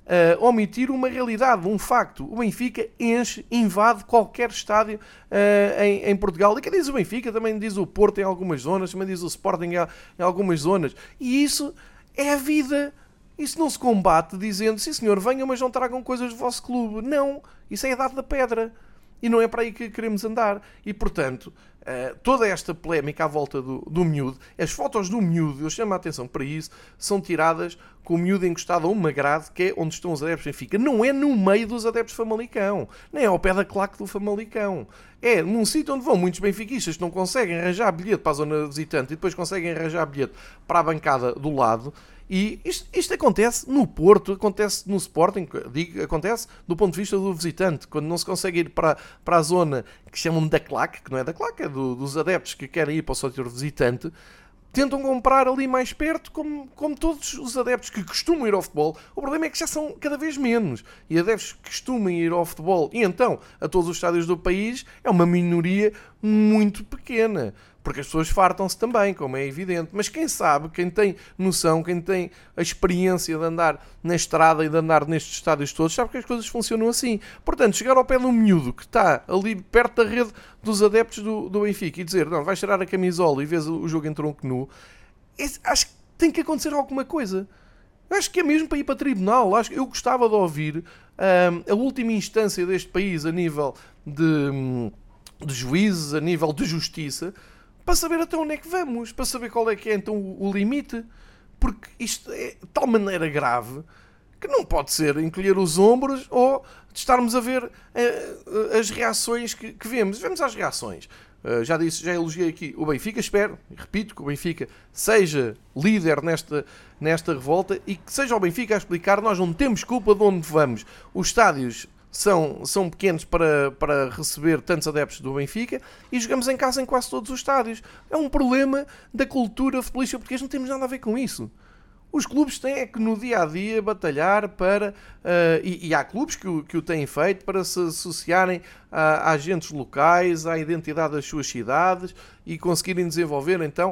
uh, omitir uma realidade, um facto. O Benfica enche, invade qualquer estádio uh, em, em Portugal. E quem diz o Benfica também diz o Porto em algumas zonas, também diz o Sporting em algumas zonas. E isso é a vida. Isso não se combate dizendo, sim senhor, venham, mas não tragam coisas do vosso clube. Não, isso é a idade da pedra. E não é para aí que queremos andar. E, portanto, toda esta polémica à volta do, do miúdo, as fotos do miúdo, eu chamo a atenção para isso, são tiradas com o miúdo encostado a uma grade, que é onde estão os adeptos do Benfica. Não é no meio dos adeptos do Famalicão. Nem é ao pé da claque do Famalicão. É num sítio onde vão muitos benfiquistas que não conseguem arranjar bilhete para a zona visitante e depois conseguem arranjar bilhete para a bancada do lado. E isto, isto acontece no Porto, acontece no Sporting, digo, acontece do ponto de vista do visitante, quando não se consegue ir para, para a zona que chamam da claque, que não é da claque, é do, dos adeptos que querem ir para o setor visitante, tentam comprar ali mais perto, como, como todos os adeptos que costumam ir ao futebol. O problema é que já são cada vez menos. E adeptos que costumam ir ao futebol, e então a todos os estádios do país, é uma minoria muito pequena. Porque as pessoas fartam-se também, como é evidente. Mas quem sabe, quem tem noção, quem tem a experiência de andar na estrada e de andar nestes estádios todos, sabe que as coisas funcionam assim. Portanto, chegar ao pé de um miúdo que está ali perto da rede dos adeptos do, do Benfica e dizer, não, vais tirar a camisola e vês o jogo em tronco nu, esse, acho que tem que acontecer alguma coisa. Acho que é mesmo para ir para tribunal. Acho que eu gostava de ouvir hum, a última instância deste país a nível de, de juízes, a nível de justiça, para saber até onde é que vamos, para saber qual é que é então o limite, porque isto é de tal maneira grave que não pode ser encolher os ombros ou de estarmos a ver uh, as reações que, que vemos. Vemos as reações. Uh, já disse, já elogiei aqui o Benfica, espero, e repito, que o Benfica seja líder nesta, nesta revolta e que seja o Benfica a explicar, nós não temos culpa de onde vamos. Os estádios São, são pequenos para, para receber tantos adeptos do Benfica e jogamos em casa em quase todos os estádios. É um problema da cultura futebolística portuguesa, não temos nada a ver com isso. Os clubes têm é que no dia-a-dia batalhar para, uh, e, e há clubes que o, que o têm feito, para se associarem a, a agentes locais, à identidade das suas cidades e conseguirem desenvolver então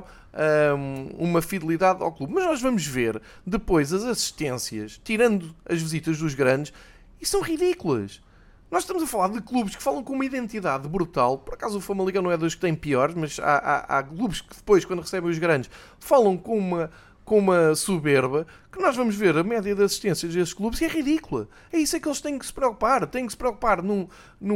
um, uma fidelidade ao clube. Mas nós vamos ver depois as assistências, tirando as visitas dos grandes, e são ridículas. Nós estamos a falar de clubes que falam com uma identidade brutal. Por acaso o Famalicão não é dos que têm piores, mas há, há, há clubes que depois, quando recebem os grandes, falam com uma, com uma soberba, que nós vamos ver a média de assistências desses clubes e é ridícula. É isso é que eles têm que se preocupar. Têm que se preocupar num,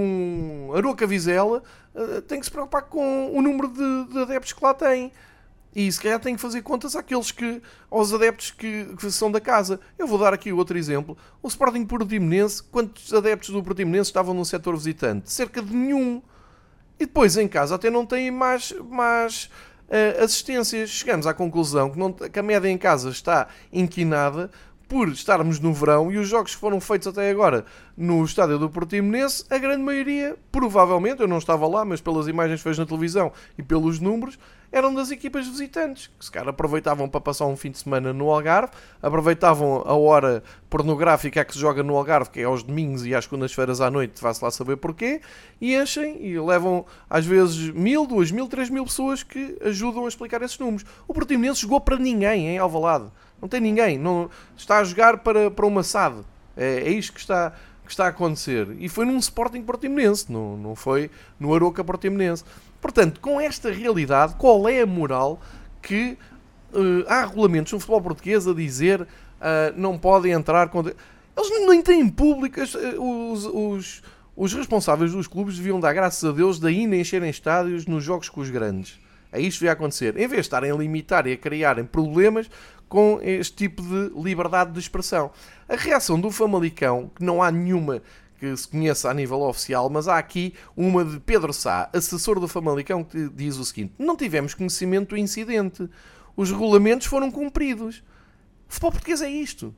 num Aroca Vizela, têm que se preocupar com o número de, de adeptos que lá têm. E se calhar tem que fazer contas àqueles que, aos adeptos que, que são da casa. Eu vou dar aqui outro exemplo. O Sporting Portimonense, quantos adeptos do Portimonense estavam no setor visitante? Cerca de nenhum. E depois em casa até não têm mais, mais uh, assistências. Chegamos à conclusão que, não, que a média em casa está inquinada por estarmos no verão e os jogos que foram feitos até agora no estádio do Portimonense, a grande maioria, provavelmente, eu não estava lá, mas pelas imagens que fez na televisão e pelos números, eram das equipas visitantes, que se calhar aproveitavam para passar um fim de semana no Algarve, aproveitavam a hora pornográfica que se joga no Algarve, que é aos domingos e às segundas-feiras à noite, vai-se lá saber porquê, e enchem e levam às vezes mil, duas mil, três mil pessoas que ajudam a explicar esses números. O Portimonense jogou para ninguém em Alvalade. Não tem ninguém. Não, está a jogar para, para uma S A D. É, é isto que está, que está a acontecer. E foi num Sporting Portimonense, não, não foi no Aroca Portimonense. Portanto, com esta realidade, qual é a moral que uh, há regulamentos no futebol português a dizer uh, não podem entrar... Contra... Eles nem têm público. Os, os, os responsáveis dos clubes deviam dar graças a Deus de ainda encherem estádios nos jogos com os grandes. É isto que vai acontecer. Em vez de estarem a limitar e a criarem problemas com este tipo de liberdade de expressão. A reação do Famalicão, que não há nenhuma que se conheça a nível oficial, mas há aqui uma de Pedro Sá, assessor do Famalicão, que diz o seguinte: não tivemos conhecimento do incidente. Os regulamentos foram cumpridos. O futebol português é isto.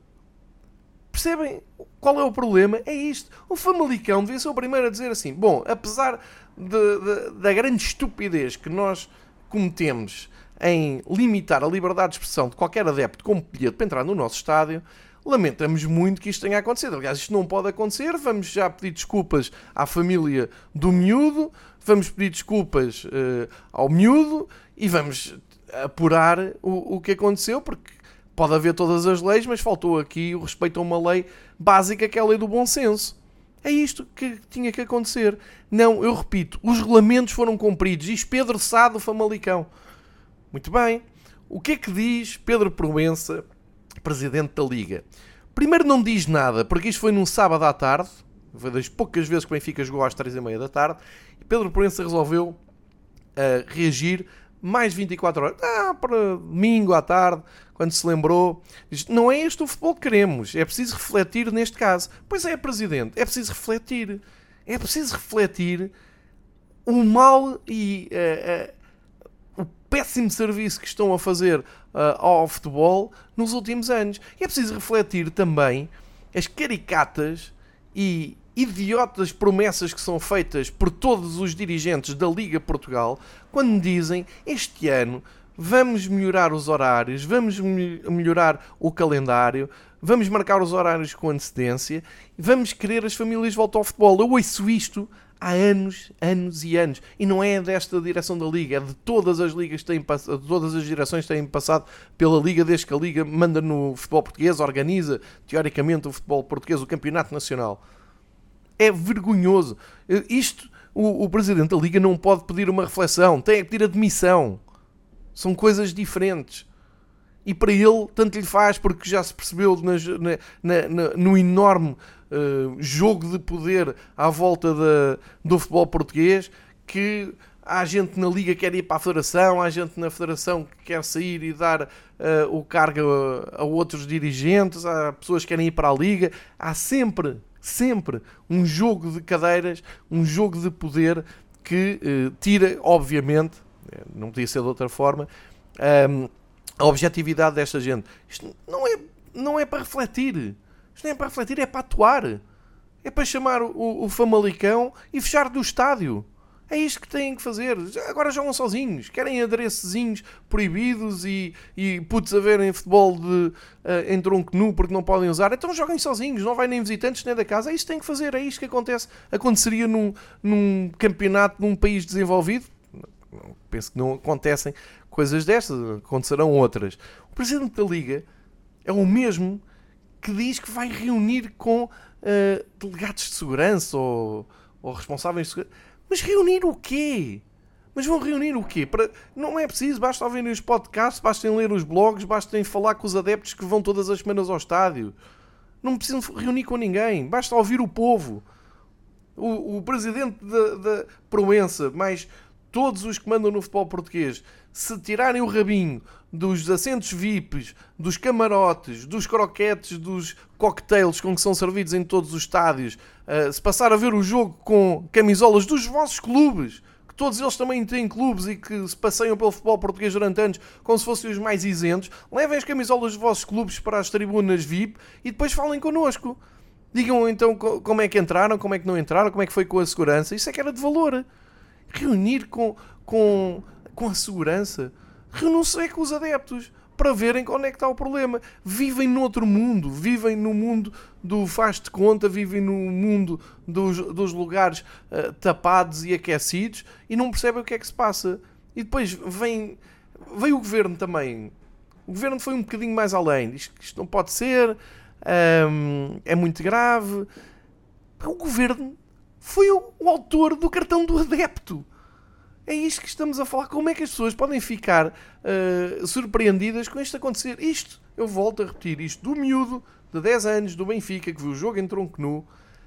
Percebem qual é o problema? É isto. O Famalicão devia ser o primeiro a dizer assim: bom, apesar de, de, da grande estupidez que nós cometemos em limitar a liberdade de expressão de qualquer adepto como bilhete para entrar no nosso estádio, lamentamos muito que isto tenha acontecido. Aliás, isto não pode acontecer. Vamos já pedir desculpas à família do miúdo, vamos pedir desculpas uh, ao miúdo e vamos apurar o, o que aconteceu, porque Pode haver todas as leis, mas faltou aqui o respeito a uma lei básica, que é a lei do bom senso. É isto que tinha que acontecer. Não, eu repito, os regulamentos foram cumpridos. Diz Pedro Sá do Famalicão. Muito bem. O que é que diz Pedro Proença, presidente da Liga? Primeiro não diz nada, porque isto foi num sábado à tarde. Foi das poucas vezes que o Benfica jogou às três e meia da tarde. E Pedro Proença resolveu uh, reagir mais vinte e quatro horas. Ah, para domingo à tarde, quando se lembrou. Diz, não é este o futebol que queremos. É preciso refletir neste caso. Pois é, Presidente. É preciso refletir. É preciso refletir o mal e uh, uh, o péssimo serviço que estão a fazer uh, ao futebol nos últimos anos. E é preciso refletir também as caricatas e idiotas promessas que são feitas por todos os dirigentes da Liga Portugal quando dizem este ano vamos melhorar os horários, vamos melhorar o calendário, vamos marcar os horários com antecedência, vamos querer as famílias de volta ao futebol. Eu ouço isto há anos, anos e anos. E não é desta direção da Liga, é de todas as ligas que têm passado, de todas as direções que têm passado pela Liga, desde que a Liga manda no futebol português, organiza, teoricamente, o futebol português, o campeonato nacional. É vergonhoso. Isto, o, o Presidente da Liga não pode pedir uma reflexão, tem que pedir admissão. São coisas diferentes. E para ele, tanto lhe faz, porque já se percebeu nas, na, na, na, no enorme uh, jogo de poder à volta da, do futebol português, que há gente na Liga que quer ir para a Federação, há gente na Federação que quer sair e dar uh, o cargo a, a outros dirigentes, há pessoas que querem ir para a Liga. Há sempre, sempre um jogo de cadeiras, um jogo de poder que uh, tira, obviamente, não podia ser de outra forma, um, a objetividade desta gente. Isto não é, não é para refletir. Isto não é para refletir, é para atuar. É para chamar o, o Famalicão e fechar do estádio. É isto que têm que fazer. Agora jogam sozinhos. Querem adereçozinhos proibidos e, e putos a verem futebol de, uh, em tronco nu porque não podem usar. Então joguem sozinhos. Não vai nem visitantes nem da casa. É isto que têm que fazer. É isto que acontece. Aconteceria num, num campeonato num país desenvolvido. Penso que não acontecem coisas destas, acontecerão outras. O Presidente da Liga é o mesmo que diz que vai reunir com uh, delegados de segurança ou, ou responsáveis de segurança. Mas reunir o quê? Mas vão reunir o quê? Para... Não é preciso, basta ouvirem os podcasts, basta ler os blogs, basta falar com os adeptos que vão todas as semanas ao estádio. Não precisam reunir com ninguém, basta ouvir o povo. O, o Presidente da, da Proença, mais todos os que mandam no futebol português, se tirarem o rabinho dos assentos V I Ps, dos camarotes, dos croquetes, dos cocktails com que são servidos em todos os estádios, uh, se passar a ver o jogo com camisolas dos vossos clubes, que todos eles também têm clubes e que se passeiam pelo futebol português durante anos como se fossem os mais isentos, levem as camisolas dos vossos clubes para as tribunas V I P e depois falem connosco. Digam então como é que entraram, como é que não entraram, como é que foi com a segurança. Isso é que era de valor. Reunir com, com, com a segurança, reunir-se com os adeptos para verem onde é que está o problema. Vivem noutro mundo, vivem no mundo do faz-de conta, vivem no mundo dos, dos lugares uh, tapados e aquecidos e não percebem o que é que se passa. E depois vem, vem o governo também. O governo foi um bocadinho mais além, diz que isto não pode ser, um, é muito grave. O governo foi o, o autor do cartão do adepto. É isto que estamos a falar. Como é que as pessoas podem ficar uh, surpreendidas com isto acontecer? Isto, eu volto a repetir, isto do miúdo de dez anos do Benfica que viu o jogo em tronco nu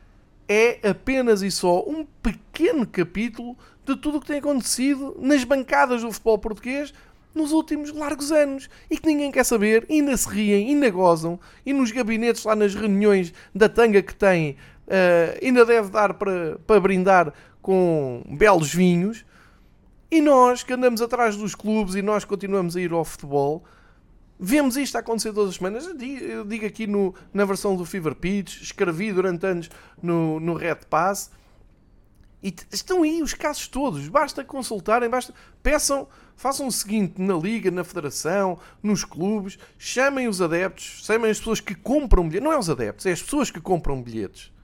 é apenas e só um pequeno capítulo de tudo o que tem acontecido nas bancadas do futebol português nos últimos largos anos e que ninguém quer saber, ainda se riem, ainda gozam e nos gabinetes lá nas reuniões da tanga que têm Uh, ainda deve dar para, para brindar com belos vinhos e nós que andamos atrás dos clubes e nós continuamos a ir ao futebol vemos isto a acontecer todas as semanas. Eu digo, eu digo aqui no, na versão do Fever Pitch, escrevi durante anos no, no Red Pass e t- estão aí os casos todos, basta consultarem, basta, peçam, façam o seguinte na Liga, na Federação, nos clubes, chamem os adeptos, chamem as pessoas que compram bilhetes, não é os adeptos, é as pessoas que compram bilhetes.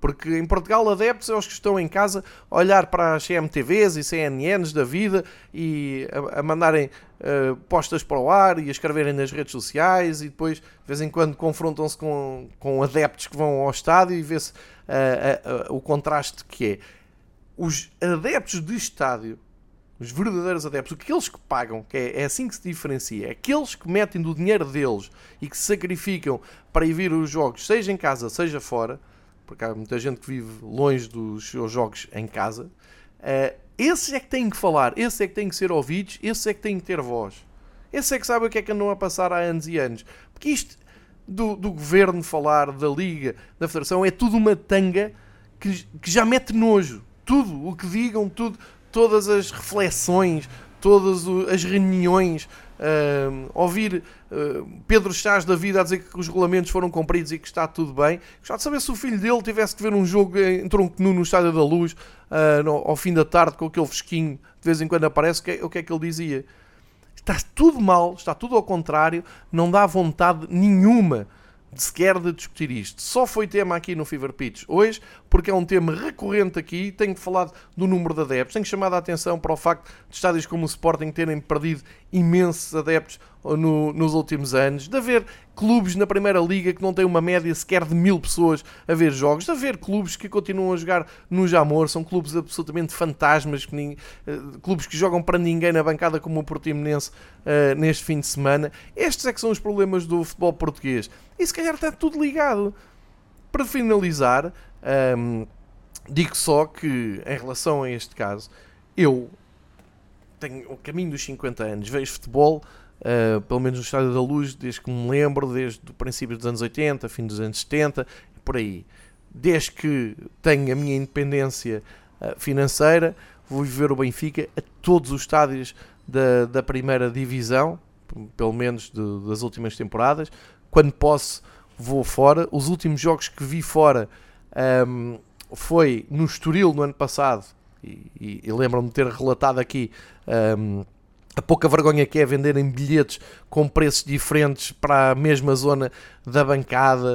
Porque em Portugal, adeptos são os que estão em casa a olhar para as C M T Vs e C N Ns da vida e a, a mandarem uh, postas para o ar e a escreverem nas redes sociais e depois, de vez em quando, confrontam-se com, com adeptos que vão ao estádio e vê-se uh, uh, uh, o contraste que é. Os adeptos de estádio, os verdadeiros adeptos, aqueles que pagam, que é, é assim que se diferencia, aqueles que metem do dinheiro deles e que se sacrificam para ir ver os jogos, seja em casa, seja fora, porque há muita gente que vive longe dos seus jogos em casa, uh, esses é que têm que falar, esses é que têm que ser ouvidos, esses é que têm que ter voz. Esses é que sabem o que é que andam a passar há anos e anos. Porque isto do, do governo falar, da Liga, da Federação, é tudo uma tanga que, que já mete nojo. Tudo o que digam, tudo, todas as reflexões, todas as reuniões, uh, ouvir uh, Pedro Chás da vida a dizer que os regulamentos foram cumpridos e que está tudo bem. Gostava de saber se o filho dele tivesse que ver um jogo em tronco nu no Estádio da Luz uh, no, ao fim da tarde com aquele fresquinho de vez em quando aparece, o que, é, o que é que ele dizia? Está tudo mal, está tudo ao contrário, não dá vontade nenhuma sequer de discutir isto. Só foi tema aqui no Fever Pitch hoje, porque é um tema recorrente aqui. Tenho falado do número de adeptos, tenho chamado a atenção para o facto de estádios como o Sporting terem perdido imensos adeptos no, nos últimos anos, de haver clubes na Primeira Liga que não têm uma média sequer de mil pessoas a ver jogos, de haver clubes que continuam a jogar no Jamor, são clubes absolutamente fantasmas, que nem, uh, clubes que jogam para ninguém na bancada como o Portimonense uh, neste fim de semana. Estes é que são os problemas do futebol português. E se calhar está tudo ligado. Para finalizar, um, digo só que em relação a este caso, eu tenho o caminho dos cinquenta anos, vejo futebol, uh, pelo menos no Estádio da Luz, desde que me lembro, desde o princípio dos anos oitenta, fim dos anos setenta, por aí. Desde que tenho a minha independência uh, financeira, vou ver o Benfica a todos os estádios da, da primeira divisão, pelo menos de, das últimas temporadas. Quando posso, vou fora. Os últimos jogos que vi fora um, foi no Estoril no ano passado, e, e, e lembro-me de ter relatado aqui um, a pouca vergonha que é venderem bilhetes com preços diferentes para a mesma zona da bancada.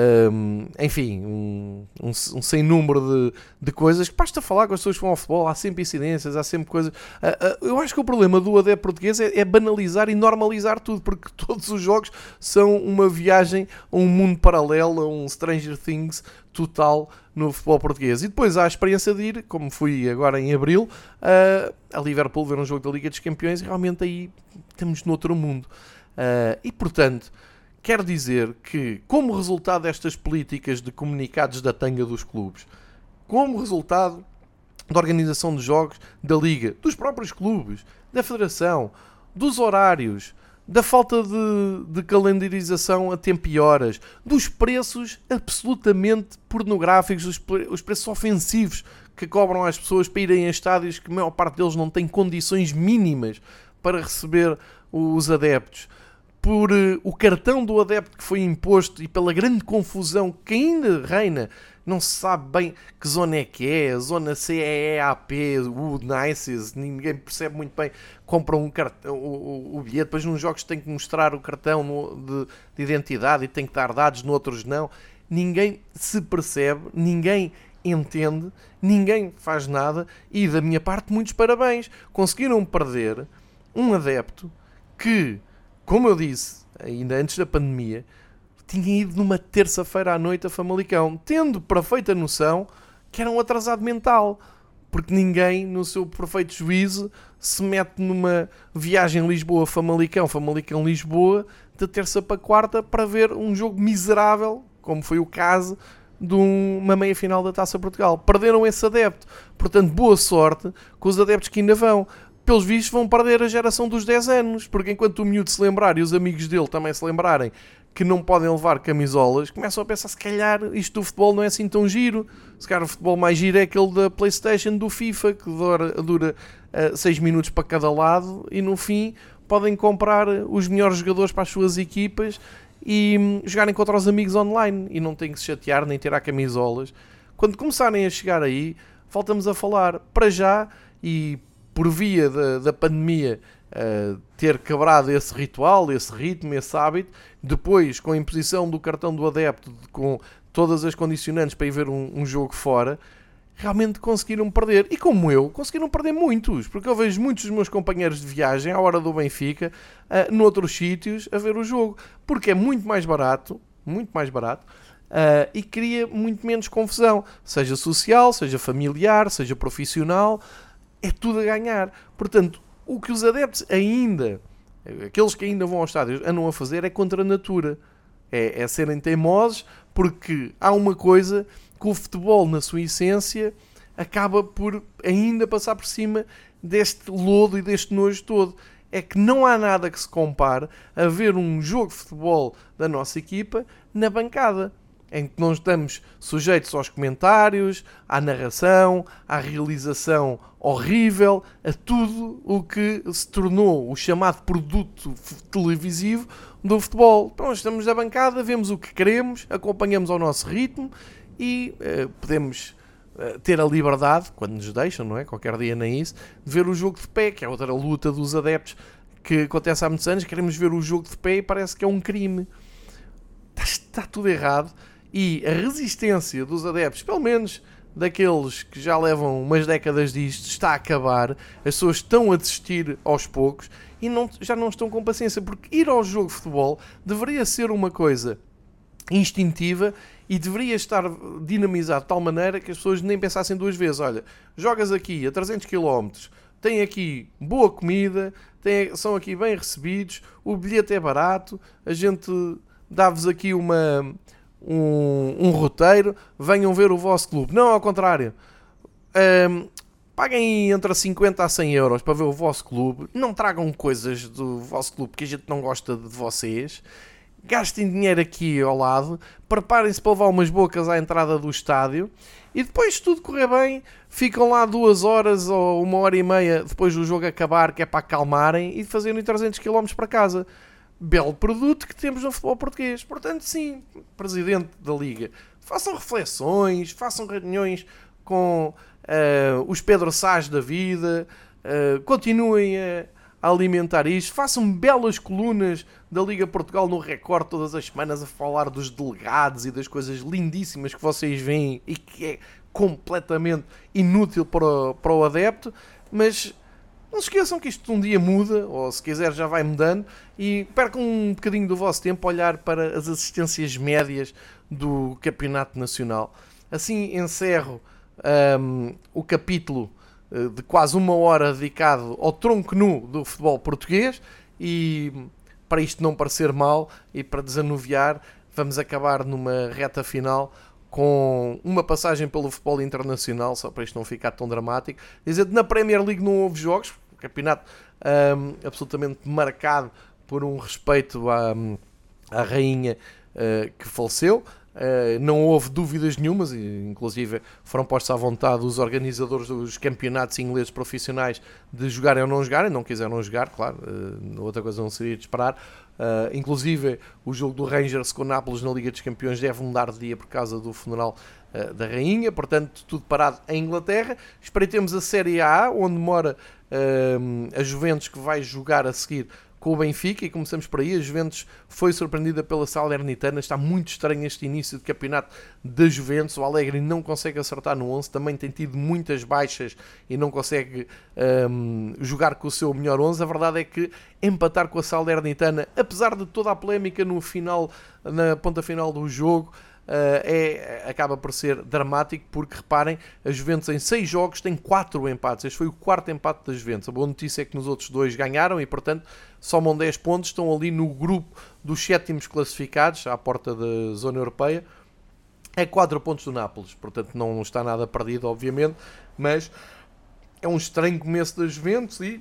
Um, enfim, um, um, um sem número de, de coisas que basta falar com as pessoas que vão ao futebol. Há sempre incidências, há sempre coisas. Uh, uh, eu acho que o problema do adepto português é, é banalizar e normalizar tudo, porque todos os jogos são uma viagem a um mundo paralelo, a um Stranger Things total no futebol português. E depois há a experiência de ir, como fui agora em abril, uh, a Liverpool ver um jogo da Liga dos Campeões, e realmente aí estamos noutro mundo. Uh, e portanto, quero dizer que, como resultado destas políticas de comunicados da tanga dos clubes, como resultado da organização de jogos da Liga, dos próprios clubes, da Federação, dos horários, da falta de, de calendarização a tempo e horas, dos preços absolutamente pornográficos, os, os preços ofensivos que cobram às pessoas para irem a estádios que a maior parte deles não tem condições mínimas para receber os adeptos, por uh, o cartão do adepto que foi imposto e pela grande confusão que ainda reina, não se sabe bem que zona é que é, a zona C E E A P, o Nices, ninguém percebe muito bem, compram um cartão, o, o, o bilhete, depois nos jogos tem que mostrar o cartão no, de, de identidade e tem que dar dados, noutros não, ninguém se percebe, ninguém entende, ninguém faz nada, e da minha parte muitos parabéns, conseguiram perder um adepto que, como eu disse, ainda antes da pandemia, tinha ido numa terça-feira à noite a Famalicão, tendo perfeita noção que era um atrasado mental, porque ninguém, no seu perfeito juízo, se mete numa viagem Lisboa-Famalicão, Famalicão-Lisboa, de terça para quarta, para ver um jogo miserável, como foi o caso de uma meia-final da Taça Portugal. Perderam esse adepto. Portanto, boa sorte com os adeptos que ainda vão. Pelos vistos vão perder a geração dos dez anos, porque enquanto o miúdo se lembrar e os amigos dele também se lembrarem que não podem levar camisolas, começam a pensar, se calhar isto do futebol não é assim tão giro, se calhar o futebol mais giro é aquele da PlayStation, do FIFA, que dura, dura uh, seis minutos para cada lado, e no fim podem comprar os melhores jogadores para as suas equipas e um, jogarem contra os amigos online, e não têm que se chatear nem tirar camisolas. Quando começarem a chegar aí, voltamos a falar. Para já, e por via da, da pandemia, uh, ter quebrado esse ritual, esse ritmo, esse hábito, depois com a imposição do cartão do adepto, com todas as condicionantes para ir ver um, um jogo fora, realmente conseguiram perder. E como eu, conseguiram perder muitos, porque eu vejo muitos dos meus companheiros de viagem à hora do Benfica, uh, noutros sítios, a ver o jogo, porque é muito mais barato, muito mais barato, uh, e cria muito menos confusão, seja social, seja familiar, seja profissional, é tudo a ganhar. Portanto, o que os adeptos ainda, aqueles que ainda vão aos estádios, andam a fazer é contra a natura. É, é serem teimosos, porque há uma coisa que o futebol, na sua essência, acaba por ainda passar por cima deste lodo e deste nojo todo. É que não há nada que se compare a ver um jogo de futebol da nossa equipa na bancada, em que não estamos sujeitos aos comentários, à narração, à realização horrível, a tudo o que se tornou o chamado produto televisivo do futebol. Pronto, estamos na bancada, vemos o que queremos, acompanhamos ao nosso ritmo e uh, podemos uh, ter a liberdade, quando nos deixam, não é? Qualquer dia nem isso, de ver o jogo de pé, que é outra luta dos adeptos que acontece há muitos anos. Queremos ver o jogo de pé e parece que é um crime. Está, está tudo errado. E a resistência dos adeptos, pelo menos daqueles que já levam umas décadas disto, está a acabar. As pessoas estão a desistir aos poucos e não, já não estão com paciência, porque ir ao jogo de futebol deveria ser uma coisa instintiva e deveria estar dinamizado de tal maneira que as pessoas nem pensassem duas vezes. Olha, jogas aqui a trezentos quilómetros, tem aqui boa comida, tem, são aqui bem recebidos, o bilhete é barato, a gente dá-vos aqui uma... Um, um roteiro, venham ver o vosso clube. Não, ao contrário, um, paguem entre cinquenta a cem euros para ver o vosso clube, não tragam coisas do vosso clube que a gente não gosta de vocês, gastem dinheiro aqui ao lado, preparem-se para levar umas bocas à entrada do estádio e depois, se tudo correr bem, ficam lá duas horas ou uma hora e meia depois do jogo acabar, que é para acalmarem e fazerem trezentos quilómetros para casa. Belo produto que temos no futebol português. Portanto, sim, Presidente da Liga, façam reflexões, façam reuniões com uh, os Pedro Sás da vida, uh, continuem a, a alimentar isto, façam belas colunas da Liga Portugal no Record todas as semanas a falar dos delegados e das coisas lindíssimas que vocês veem e que é completamente inútil para o, para o adepto, mas... não se esqueçam que isto um dia muda, ou se quiser já vai mudando, e percam um bocadinho do vosso tempo a olhar para as assistências médias do Campeonato Nacional. Assim encerro um, o capítulo uh, de quase uma hora dedicado ao tronco nu do futebol português, e para isto não parecer mal e para desanuviar, vamos acabar numa reta final com uma passagem pelo futebol internacional, só para isto não ficar tão dramático. Dizer que na Premier League não houve jogos, o campeonato um, absolutamente marcado por um respeito à, à rainha uh, que faleceu. Uh, não houve dúvidas nenhumas, e, inclusive foram postos à vontade os organizadores dos campeonatos ingleses profissionais de jogarem ou não jogarem, não quiseram jogar, claro, uh, outra coisa não seria de esperar. Uh, inclusive o jogo do Rangers com o Nápoles na Liga dos Campeões deve mudar de dia por causa do funeral uh, da rainha, portanto tudo parado em Inglaterra. Espreitemos a Série A, onde mora uh, a Juventus, que vai jogar a seguir com o Benfica, e começamos por aí. A Juventus foi surpreendida pela Salernitana. Está muito estranho este início de campeonato da Juventus. O Allegri não consegue acertar no onze, também tem tido muitas baixas e não consegue um, jogar com o seu melhor onze. A verdade é que empatar com a Salernitana, apesar de toda a polémica no final, na ponta final do jogo, Uh, é, acaba por ser dramático, porque reparem, a Juventus em seis jogos tem quatro empates. Este foi o quarto empate da Juventus. A boa notícia é que nos outros dois ganharam e, portanto, somam dez pontos. Estão ali no grupo dos sétimos classificados, à porta da zona europeia. É quatro pontos do Nápoles, portanto não está nada perdido, obviamente, mas é um estranho começo da Juventus e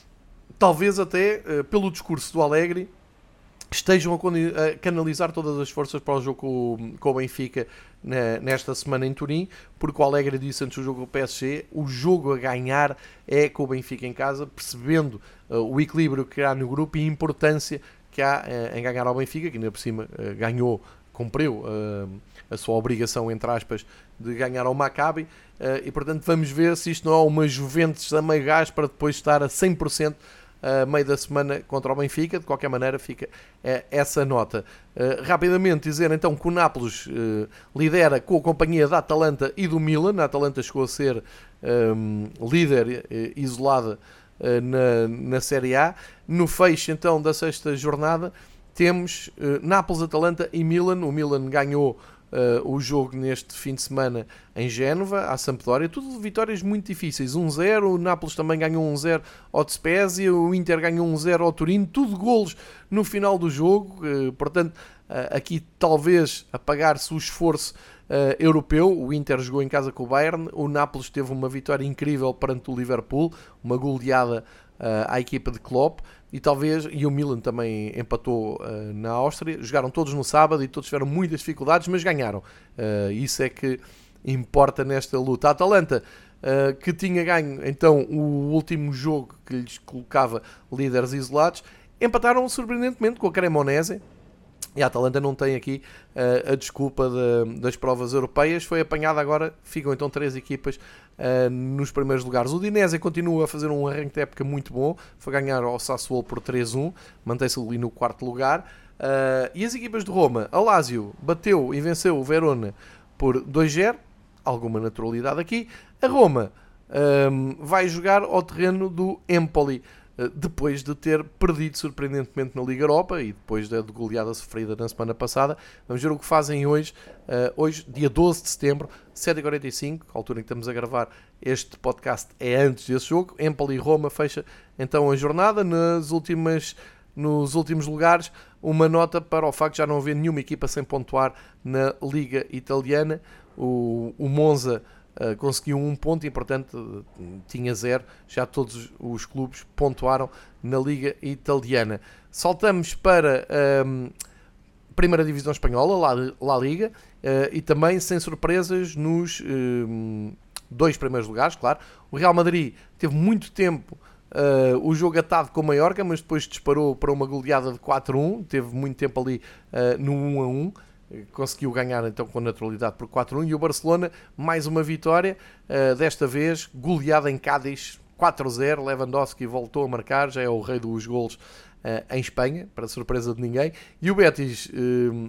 talvez até, uh, pelo discurso do Allegri, estejam a canalizar todas as forças para o jogo com, com o Benfica nesta semana em Turim, porque o Allegri disse antes do jogo com o P S G, o jogo a ganhar é com o Benfica em casa, percebendo uh, o equilíbrio que há no grupo e a importância que há uh, em ganhar ao Benfica, que ainda por cima uh, ganhou, cumpriu uh, a sua obrigação, entre aspas, de ganhar ao Maccabi, uh, e portanto vamos ver se isto não é uma Juventus a meio gás para depois estar a cem por cento a meio da semana contra o Benfica. De qualquer maneira fica uh, essa nota. Uh, rapidamente dizer então que o Nápoles uh, lidera com a companhia da Atalanta e do Milan. A Atalanta chegou a ser um, líder uh, isolada uh, na, na Série A. No fecho então da sexta jornada temos uh, Nápoles, Atalanta e Milan. O Milan ganhou Uh, o jogo neste fim de semana em Génova, à Sampdoria, tudo vitórias muito difíceis, um zero, o Nápoles também ganhou um zero ao Spezia, o Inter ganhou um zero ao Turino, tudo golos no final do jogo, uh, portanto, uh, aqui talvez apagar-se o esforço uh, europeu. O Inter jogou em casa com o Bayern, o Nápoles teve uma vitória incrível perante o Liverpool, uma goleada uh, à equipa de Klopp, e talvez, e o Milan também empatou uh, na Áustria. Jogaram todos no sábado e todos tiveram muitas dificuldades, mas ganharam. Uh, isso é que importa nesta luta. A Atalanta, uh, que tinha ganho então o último jogo que lhes colocava líderes isolados, empataram surpreendentemente com a Cremonese. E a Atalanta não tem aqui uh, a desculpa de, das provas europeias. Foi apanhada agora, ficam então três equipas uh, nos primeiros lugares. O Udinese continua a fazer um arranque de época muito bom. Foi ganhar ao Sassuolo por três a um. Mantém-se ali no quarto lugar. Uh, e as equipas de Roma, a Lazio bateu e venceu o Verona por dois a zero. Alguma naturalidade aqui. A Roma um, vai jogar ao terreno do Empoli, depois de ter perdido surpreendentemente na Liga Europa e depois da goleada sofrida na semana passada. Vamos ver o que fazem hoje, uh, hoje dia doze de setembro, sete e quarenta e cinco, a altura em que estamos a gravar este podcast é antes desse jogo. Empoli e Roma fecha então a jornada. Nas últimas, nos últimos lugares, uma nota para o facto de já não haver nenhuma equipa sem pontuar na Liga Italiana. O, o Monza Uh, conseguiu um ponto e, portanto, uh, tinha zero. Já todos os clubes pontuaram na Liga Italiana. Saltamos para a um, Primeira Divisão Espanhola, La, La Liga, uh, e também, sem surpresas, nos um, dois primeiros lugares, claro. O Real Madrid teve muito tempo uh, o jogo atado com o Mallorca, mas depois disparou para uma goleada de quatro a um. Teve muito tempo ali uh, no um a um. Conseguiu ganhar então com naturalidade por quatro a um. E o Barcelona, mais uma vitória, uh, desta vez goleada em Cádiz quatro a zero. Lewandowski voltou a marcar, já é o rei dos golos uh, em Espanha, para surpresa de ninguém. E o Betis uh,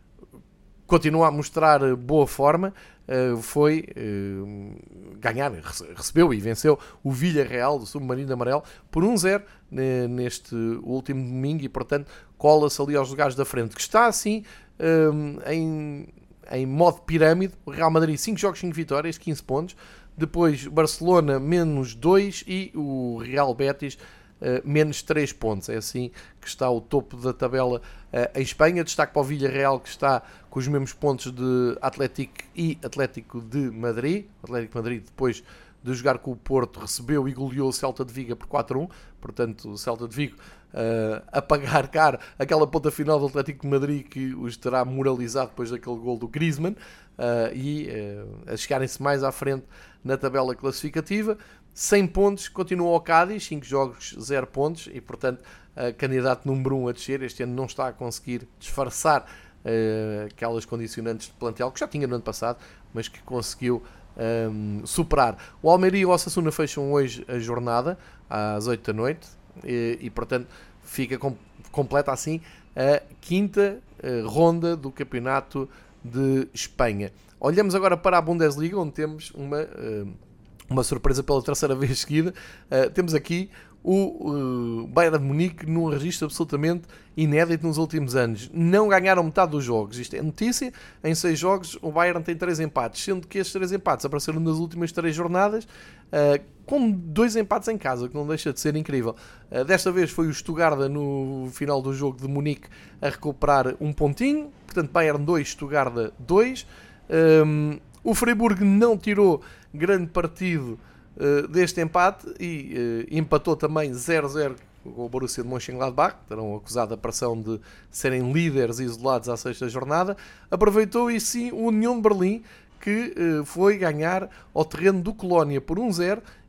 continua a mostrar boa forma, uh, foi uh, ganhar, recebeu e venceu o Villarreal do Submarino Amarelo por um a zero neste último domingo, e portanto cola-se ali aos lugares da frente, que está assim um, em, em modo pirâmide. O Real Madrid cinco jogos, cinco vitórias, quinze pontos. Depois Barcelona menos dois e o Real Betis Uh, menos três pontos. É assim que está o topo da tabela uh, em Espanha. Destaque para o Villarreal, que está com os mesmos pontos de Atlético e Atlético de Madrid. O Atlético de Madrid, depois de jogar com o Porto, recebeu e goleou o Celta de Vigo por quatro a um. Portanto, o Celta de Vigo uh, a pagar caro aquela ponta final do Atlético de Madrid, que os terá moralizado depois daquele gol do Griezmann, uh, e uh, a chegarem-se mais à frente na tabela classificativa. cem pontos, continua ao Cádiz, cinco jogos, zero pontos, e portanto, uh, candidato número um a descer. Este ano não está a conseguir disfarçar uh, aquelas condicionantes de plantel que já tinha no ano passado, mas que conseguiu um, superar. O Almeria e o Osasuna fecham hoje a jornada às oito da noite, e, e portanto fica com, completa assim a quinta uh, ronda do campeonato de Espanha. Olhamos agora para a Bundesliga, onde temos uma uh, uma surpresa pela terceira vez seguida. Uh, temos aqui o uh, Bayern de Munique num registro absolutamente inédito nos últimos anos. Não ganharam metade dos jogos. Isto é notícia. Em seis jogos o Bayern tem três empates, sendo que estes três empates apareceram nas últimas três jornadas, uh, com dois empates em casa, que não deixa de ser incrível. Uh, desta vez foi o Stuttgart no final do jogo de Munique a recuperar um pontinho. Portanto, Bayern dois, Stuttgart dois. Um, o Freiburg não tirou grande partido uh, deste empate e uh, empatou também zero a zero com o Borussia de Mönchengladbach. Terão acusado a pressão de serem líderes isolados à sexta jornada. Aproveitou e sim o União de Berlim, que uh, foi ganhar ao terreno do Colónia por um a zero,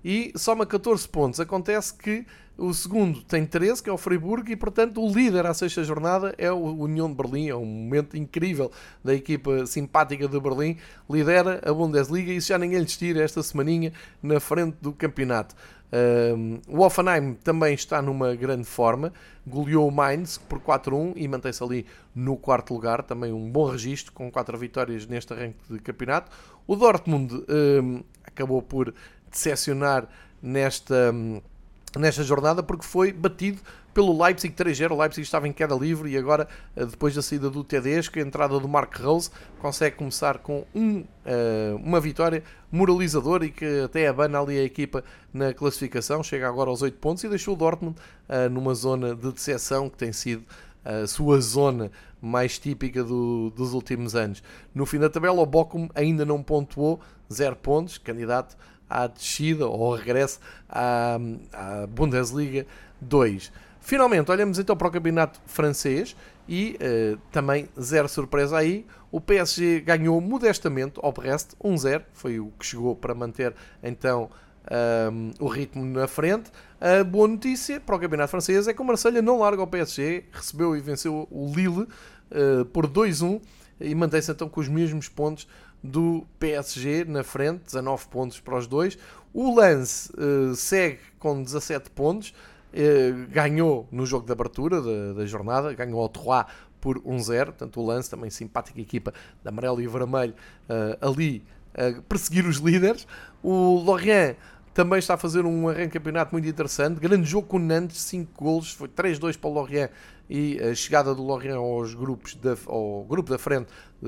e soma catorze pontos. Acontece que o segundo tem treze, que é o Freiburg, e portanto o líder à sexta jornada é o União de Berlim. É um momento incrível da equipa simpática de Berlim, lidera a Bundesliga e isso já ninguém lhes tira esta semaninha na frente do campeonato. Um, o Hoffenheim também está numa grande forma, goleou o Mainz por quatro a um e mantém-se ali no quarto lugar, também um bom registro com quatro vitórias neste arranque de campeonato. O Dortmund um, acabou por decepcionar nesta, nesta jornada porque foi batido pelo Leipzig três a zero. O Leipzig estava em queda livre e agora, depois da saída do Tedesco, a entrada do Mark Rose, consegue começar com um, uma vitória moralizadora e que até abana ali a equipa na classificação. Chega agora aos oito pontos e deixou o Dortmund numa zona de decepção que tem sido a sua zona mais típica do, dos últimos anos. No fim da tabela, o Bochum ainda não pontuou, zero pontos, candidato à descida ou ao regresso à, à Bundesliga dois. Finalmente, olhamos então para o campeonato francês e uh, também zero surpresa aí. O P S G ganhou modestamente ao Brest um a zero, foi o que chegou para manter então um, o ritmo na frente. A boa notícia para o campeonato francês é que o Marselha não larga o P S G, recebeu e venceu o Lille uh, por dois a um e mantém-se então com os mesmos pontos do P S G na frente, dezanove pontos para os dois. O Lens uh, segue com dezassete pontos, uh, ganhou no jogo de abertura da, da jornada, ganhou ao Troyes por um a zero, portanto o Lens, também simpática equipa de amarelo e vermelho, uh, ali a uh, perseguir os líderes. O Lorient também está a fazer um arranque de campeonato muito interessante, grande jogo com o Nantes, cinco golos, foi três a dois para o Lorient e a chegada do Lorient aos grupos da, ao grupo da frente,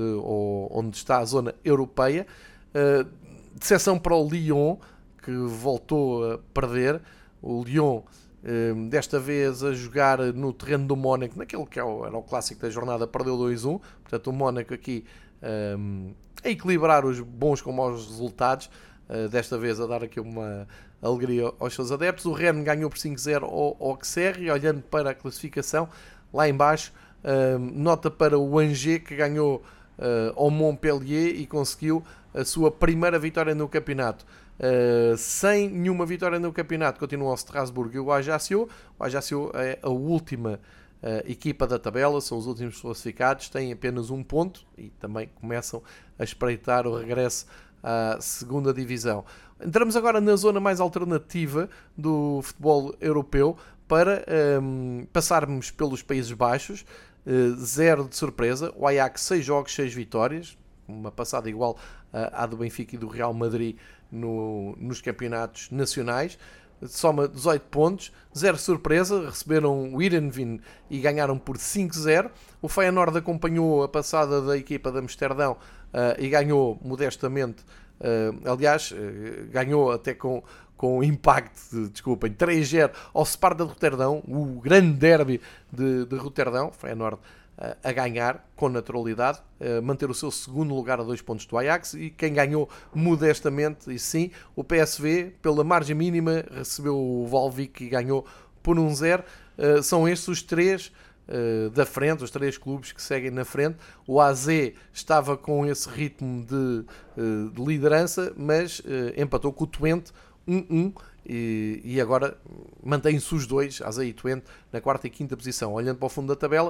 uh, onde está a zona europeia. Uh, decepção para o Lyon, que voltou a perder. O Lyon, uh, desta vez a jogar no terreno do Mónaco, naquele que era o clássico da jornada, perdeu dois a um. Portanto, o Mónaco aqui um, a equilibrar os bons com maus resultados, uh, desta vez a dar aqui uma alegria aos seus adeptos. O Rennes ganhou por cinco a zero ao Auxerre e, olhando para a classificação, lá em baixo, uh, nota para o Angers, que ganhou uh, ao Montpellier e conseguiu a sua primeira vitória no campeonato. Uh, sem nenhuma vitória no campeonato, continua o Strasbourg e o Ajaccio. O Ajaccio é a última uh, equipa da tabela, são os últimos classificados, têm apenas um ponto e também começam a espreitar o regresso à segunda divisão. Entramos agora na zona mais alternativa do futebol europeu para um, passarmos pelos Países Baixos. Uh, zero de surpresa, o Ajax seis jogos, seis vitórias, uma passada igual uh, à do Benfica e do Real Madrid no, nos campeonatos nacionais. Soma dezoito pontos, zero surpresa, receberam o Heerenveen e ganharam por cinco a zero. O Feyenoord acompanhou a passada da equipa de Amsterdão uh, e ganhou modestamente, uh, aliás, uh, ganhou até com, com impacto, de, desculpem, três a zero ao Sparta de Roterdão, o grande derby de, de Roterdão. Feyenoord a ganhar com naturalidade, manter o seu segundo lugar a dois pontos do Ajax, e quem ganhou modestamente, e sim, o P S V, pela margem mínima, recebeu o Volvic e ganhou por um a zero. São estes os três da frente, os três clubes que seguem na frente. O A Z estava com esse ritmo de, de liderança, mas empatou com o Twente um a um, E, e agora mantém-se os dois, A Z e Twente, na quarta e quinta posição. Olhando para o fundo da tabela,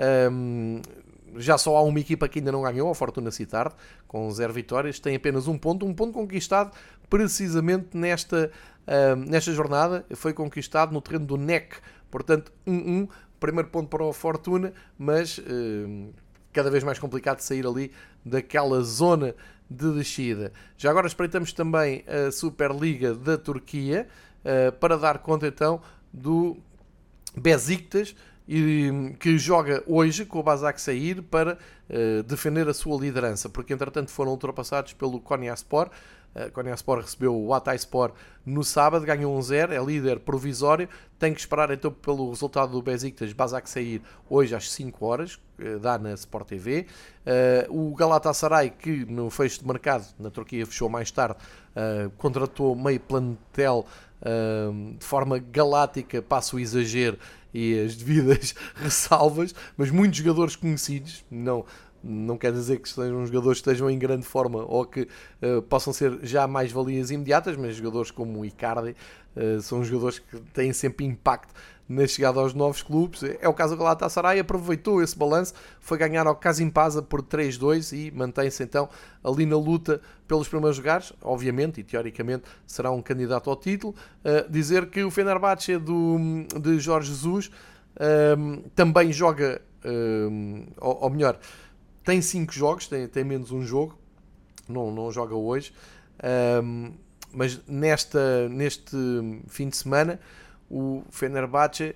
um, já só há uma equipa que ainda não ganhou, a Fortuna Sittard, com zero vitórias, tem apenas um ponto, um ponto conquistado precisamente nesta, um, nesta jornada, foi conquistado no terreno do N E C, portanto um a um, primeiro ponto para a Fortuna, mas um, cada vez mais complicado de sair ali daquela zona de descida. Já agora espreitamos também a Superliga da Turquia, uh, para dar conta então do Besiktas, e, que joga hoje com o Başakşehir para uh, defender a sua liderança, porque entretanto foram ultrapassados pelo Konyaspor. Uh, Konyaspor recebeu o Hatayspor no sábado, ganhou um a zero, é líder provisório, tem que esperar então pelo resultado do Besiktas Başakşehir hoje às cinco horas, uh, dá na Sport T V. Uh, o Galatasaray, que no fecho de mercado na Turquia fechou mais tarde, uh, contratou meio plantel uh, de forma galáctica, passo o exagero e as devidas ressalvas, mas muitos jogadores conhecidos, não não quer dizer que sejam jogadores que estejam em grande forma ou que uh, possam ser já mais valias imediatas, mas jogadores como o Icardi uh, são jogadores que têm sempre impacto na chegada aos novos clubes. É o caso do Galatasaray, aproveitou esse balanço, foi ganhar ao Kasimpasa por três dois e mantém-se então ali na luta pelos primeiros lugares, obviamente, e teoricamente será um candidato ao título. Uh, dizer que o Fenerbahçe do, de Jorge Jesus uh, também joga, uh, ou, ou melhor, tem cinco jogos, tem, tem menos um jogo, não, não joga hoje, uh, mas nesta, neste fim de semana o Fenerbahçe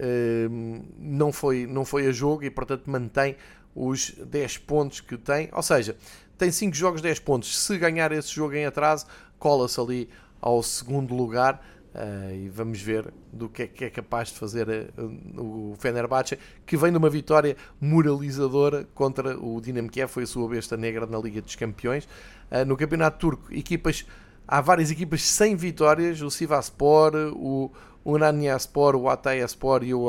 uh, não, foi, não foi a jogo e, portanto, mantém os dez pontos que tem. Ou seja, tem cinco jogos, dez pontos. Se ganhar esse jogo em atraso, cola-se ali ao segundo lugar. Uh, e vamos ver do que é, que é capaz de fazer uh, o Fenerbahçe, que vem de uma vitória moralizadora contra o Dinamo Kiev, foi a sua besta negra na Liga dos Campeões. Uh, no Campeonato Turco, equipas, há várias equipas sem vitórias, o Sivasspor, o O Ananyaspor, o Atayaspor e o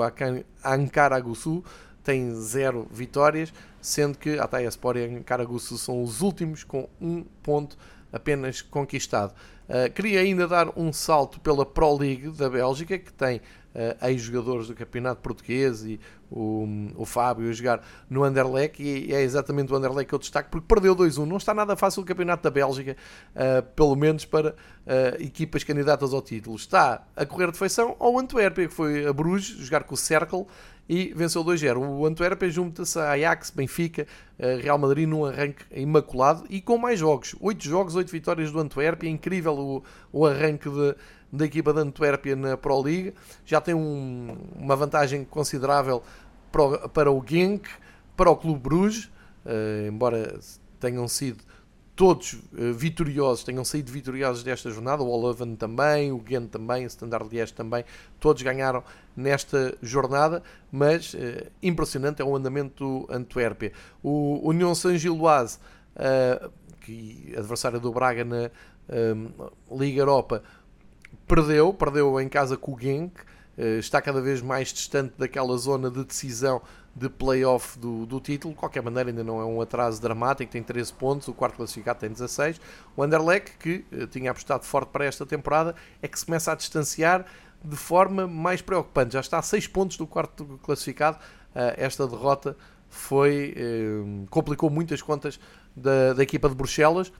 Ankaragusu têm zero vitórias, sendo que Atayaspor e Ankaragusu são os últimos com um ponto apenas conquistado. Uh, queria ainda dar um salto pela Pro League da Bélgica, que tem uh, ex-jogadores do campeonato português e o, o Fábio a jogar no Anderlecht, e é exatamente o Anderlecht que eu destaco, porque perdeu dois a um. Não está nada fácil o campeonato da Bélgica, uh, pelo menos para uh, equipas candidatas ao título. Está a correr de feição ao Antuérpia, que foi a Bruges jogar com o Cercle e venceu dois a zero. O Antuérpia junta-se a Ajax, Benfica, Real Madrid num arranque imaculado e com mais jogos. oito jogos, oito vitórias do Antuérpia. Incrível o, o arranque de, da equipa da Antuérpia na Pro League. Já tem um, uma vantagem considerável para o, para o Genk, para o Clube Bruges, uh, embora tenham sido todos uh, vitoriosos, tenham saído vitoriosos desta jornada, o Leuven também, o Gent também, o Standard Liège também, todos ganharam nesta jornada, mas uh, impressionante é o andamento do Antuérpia. O União Saint-Gilloise, uh, que adversário do Braga na uh, Liga Europa, perdeu, perdeu em casa com o Genk, uh, está cada vez mais distante daquela zona de decisão de play-off do, do título. De qualquer maneira, ainda não é um atraso dramático, tem treze pontos, o quarto classificado tem dezasseis. O Anderlecht, que uh, tinha apostado forte para esta temporada, é que se começa a distanciar de forma mais preocupante. Já está a seis pontos do quarto classificado. Uh, esta derrota foi uh, complicou muito as contas da, da equipa de Bruxelas,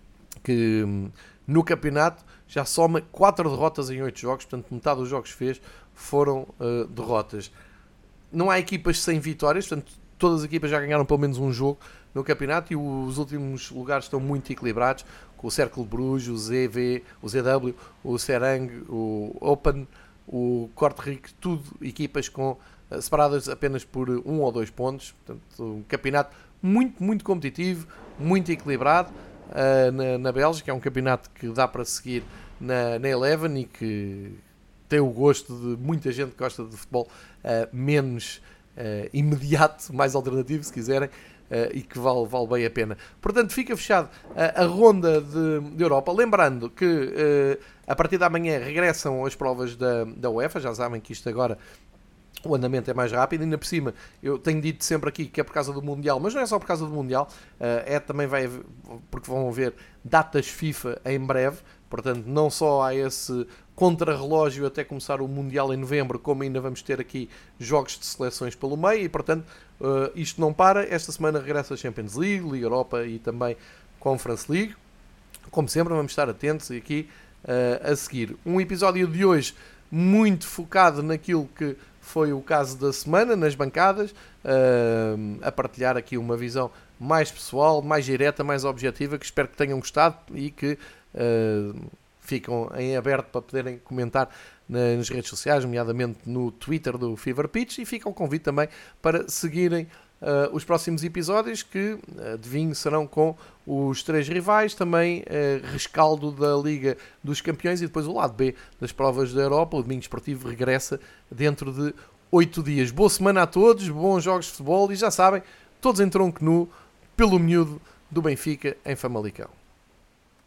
que um, no campeonato já soma quatro derrotas em oito jogos, portanto metade dos jogos que fez foram uh, derrotas. Não há equipas sem vitórias, portanto todas as equipas já ganharam pelo menos um jogo no campeonato e os últimos lugares estão muito equilibrados, com o Cercle Bruges, o Z V, o Z W, o Serang, o Open, o Kortrijk, tudo equipas com, uh, separadas apenas por um ou dois pontos. Portanto, um campeonato muito, muito competitivo, muito equilibrado uh, na, na Bélgica. É um campeonato que dá para seguir na, na Eleven e que tem o gosto de muita gente que gosta de futebol uh, menos uh, imediato, mais alternativo, se quiserem, uh, e que vale, vale bem a pena. Portanto, fica fechado uh, a ronda de, de Europa. Lembrando que uh, a partir da manhã regressam as provas da, da UEFA. Já sabem que isto agora, o andamento é mais rápido, ainda por cima, eu tenho dito sempre aqui que é por causa do Mundial, mas não é só por causa do Mundial, é também vai, porque vão haver datas FIFA em breve, portanto não só há esse contrarrelógio até começar o Mundial em novembro, como ainda vamos ter aqui jogos de seleções pelo meio, e portanto isto não para. Esta semana regressa a Champions League, Liga Europa e também Conference League. Como sempre, vamos estar atentos aqui a seguir. Um episódio de hoje muito focado naquilo que foi o caso da semana, nas bancadas, uh, a partilhar aqui uma visão mais pessoal, mais direta, mais objetiva, que espero que tenham gostado e que uh, ficam em aberto para poderem comentar nas redes sociais, nomeadamente no Twitter do Fever Pitch, e fica o convite também para seguirem Uh, os próximos episódios, que adivinho serão com os três rivais, também uh, rescaldo da Liga dos Campeões e depois o lado B das provas da Europa. O Domingo Esportivo regressa dentro de oito dias. Boa semana a todos, bons jogos de futebol e já sabem, todos em tronco nu pelo miúdo do Benfica em Famalicão.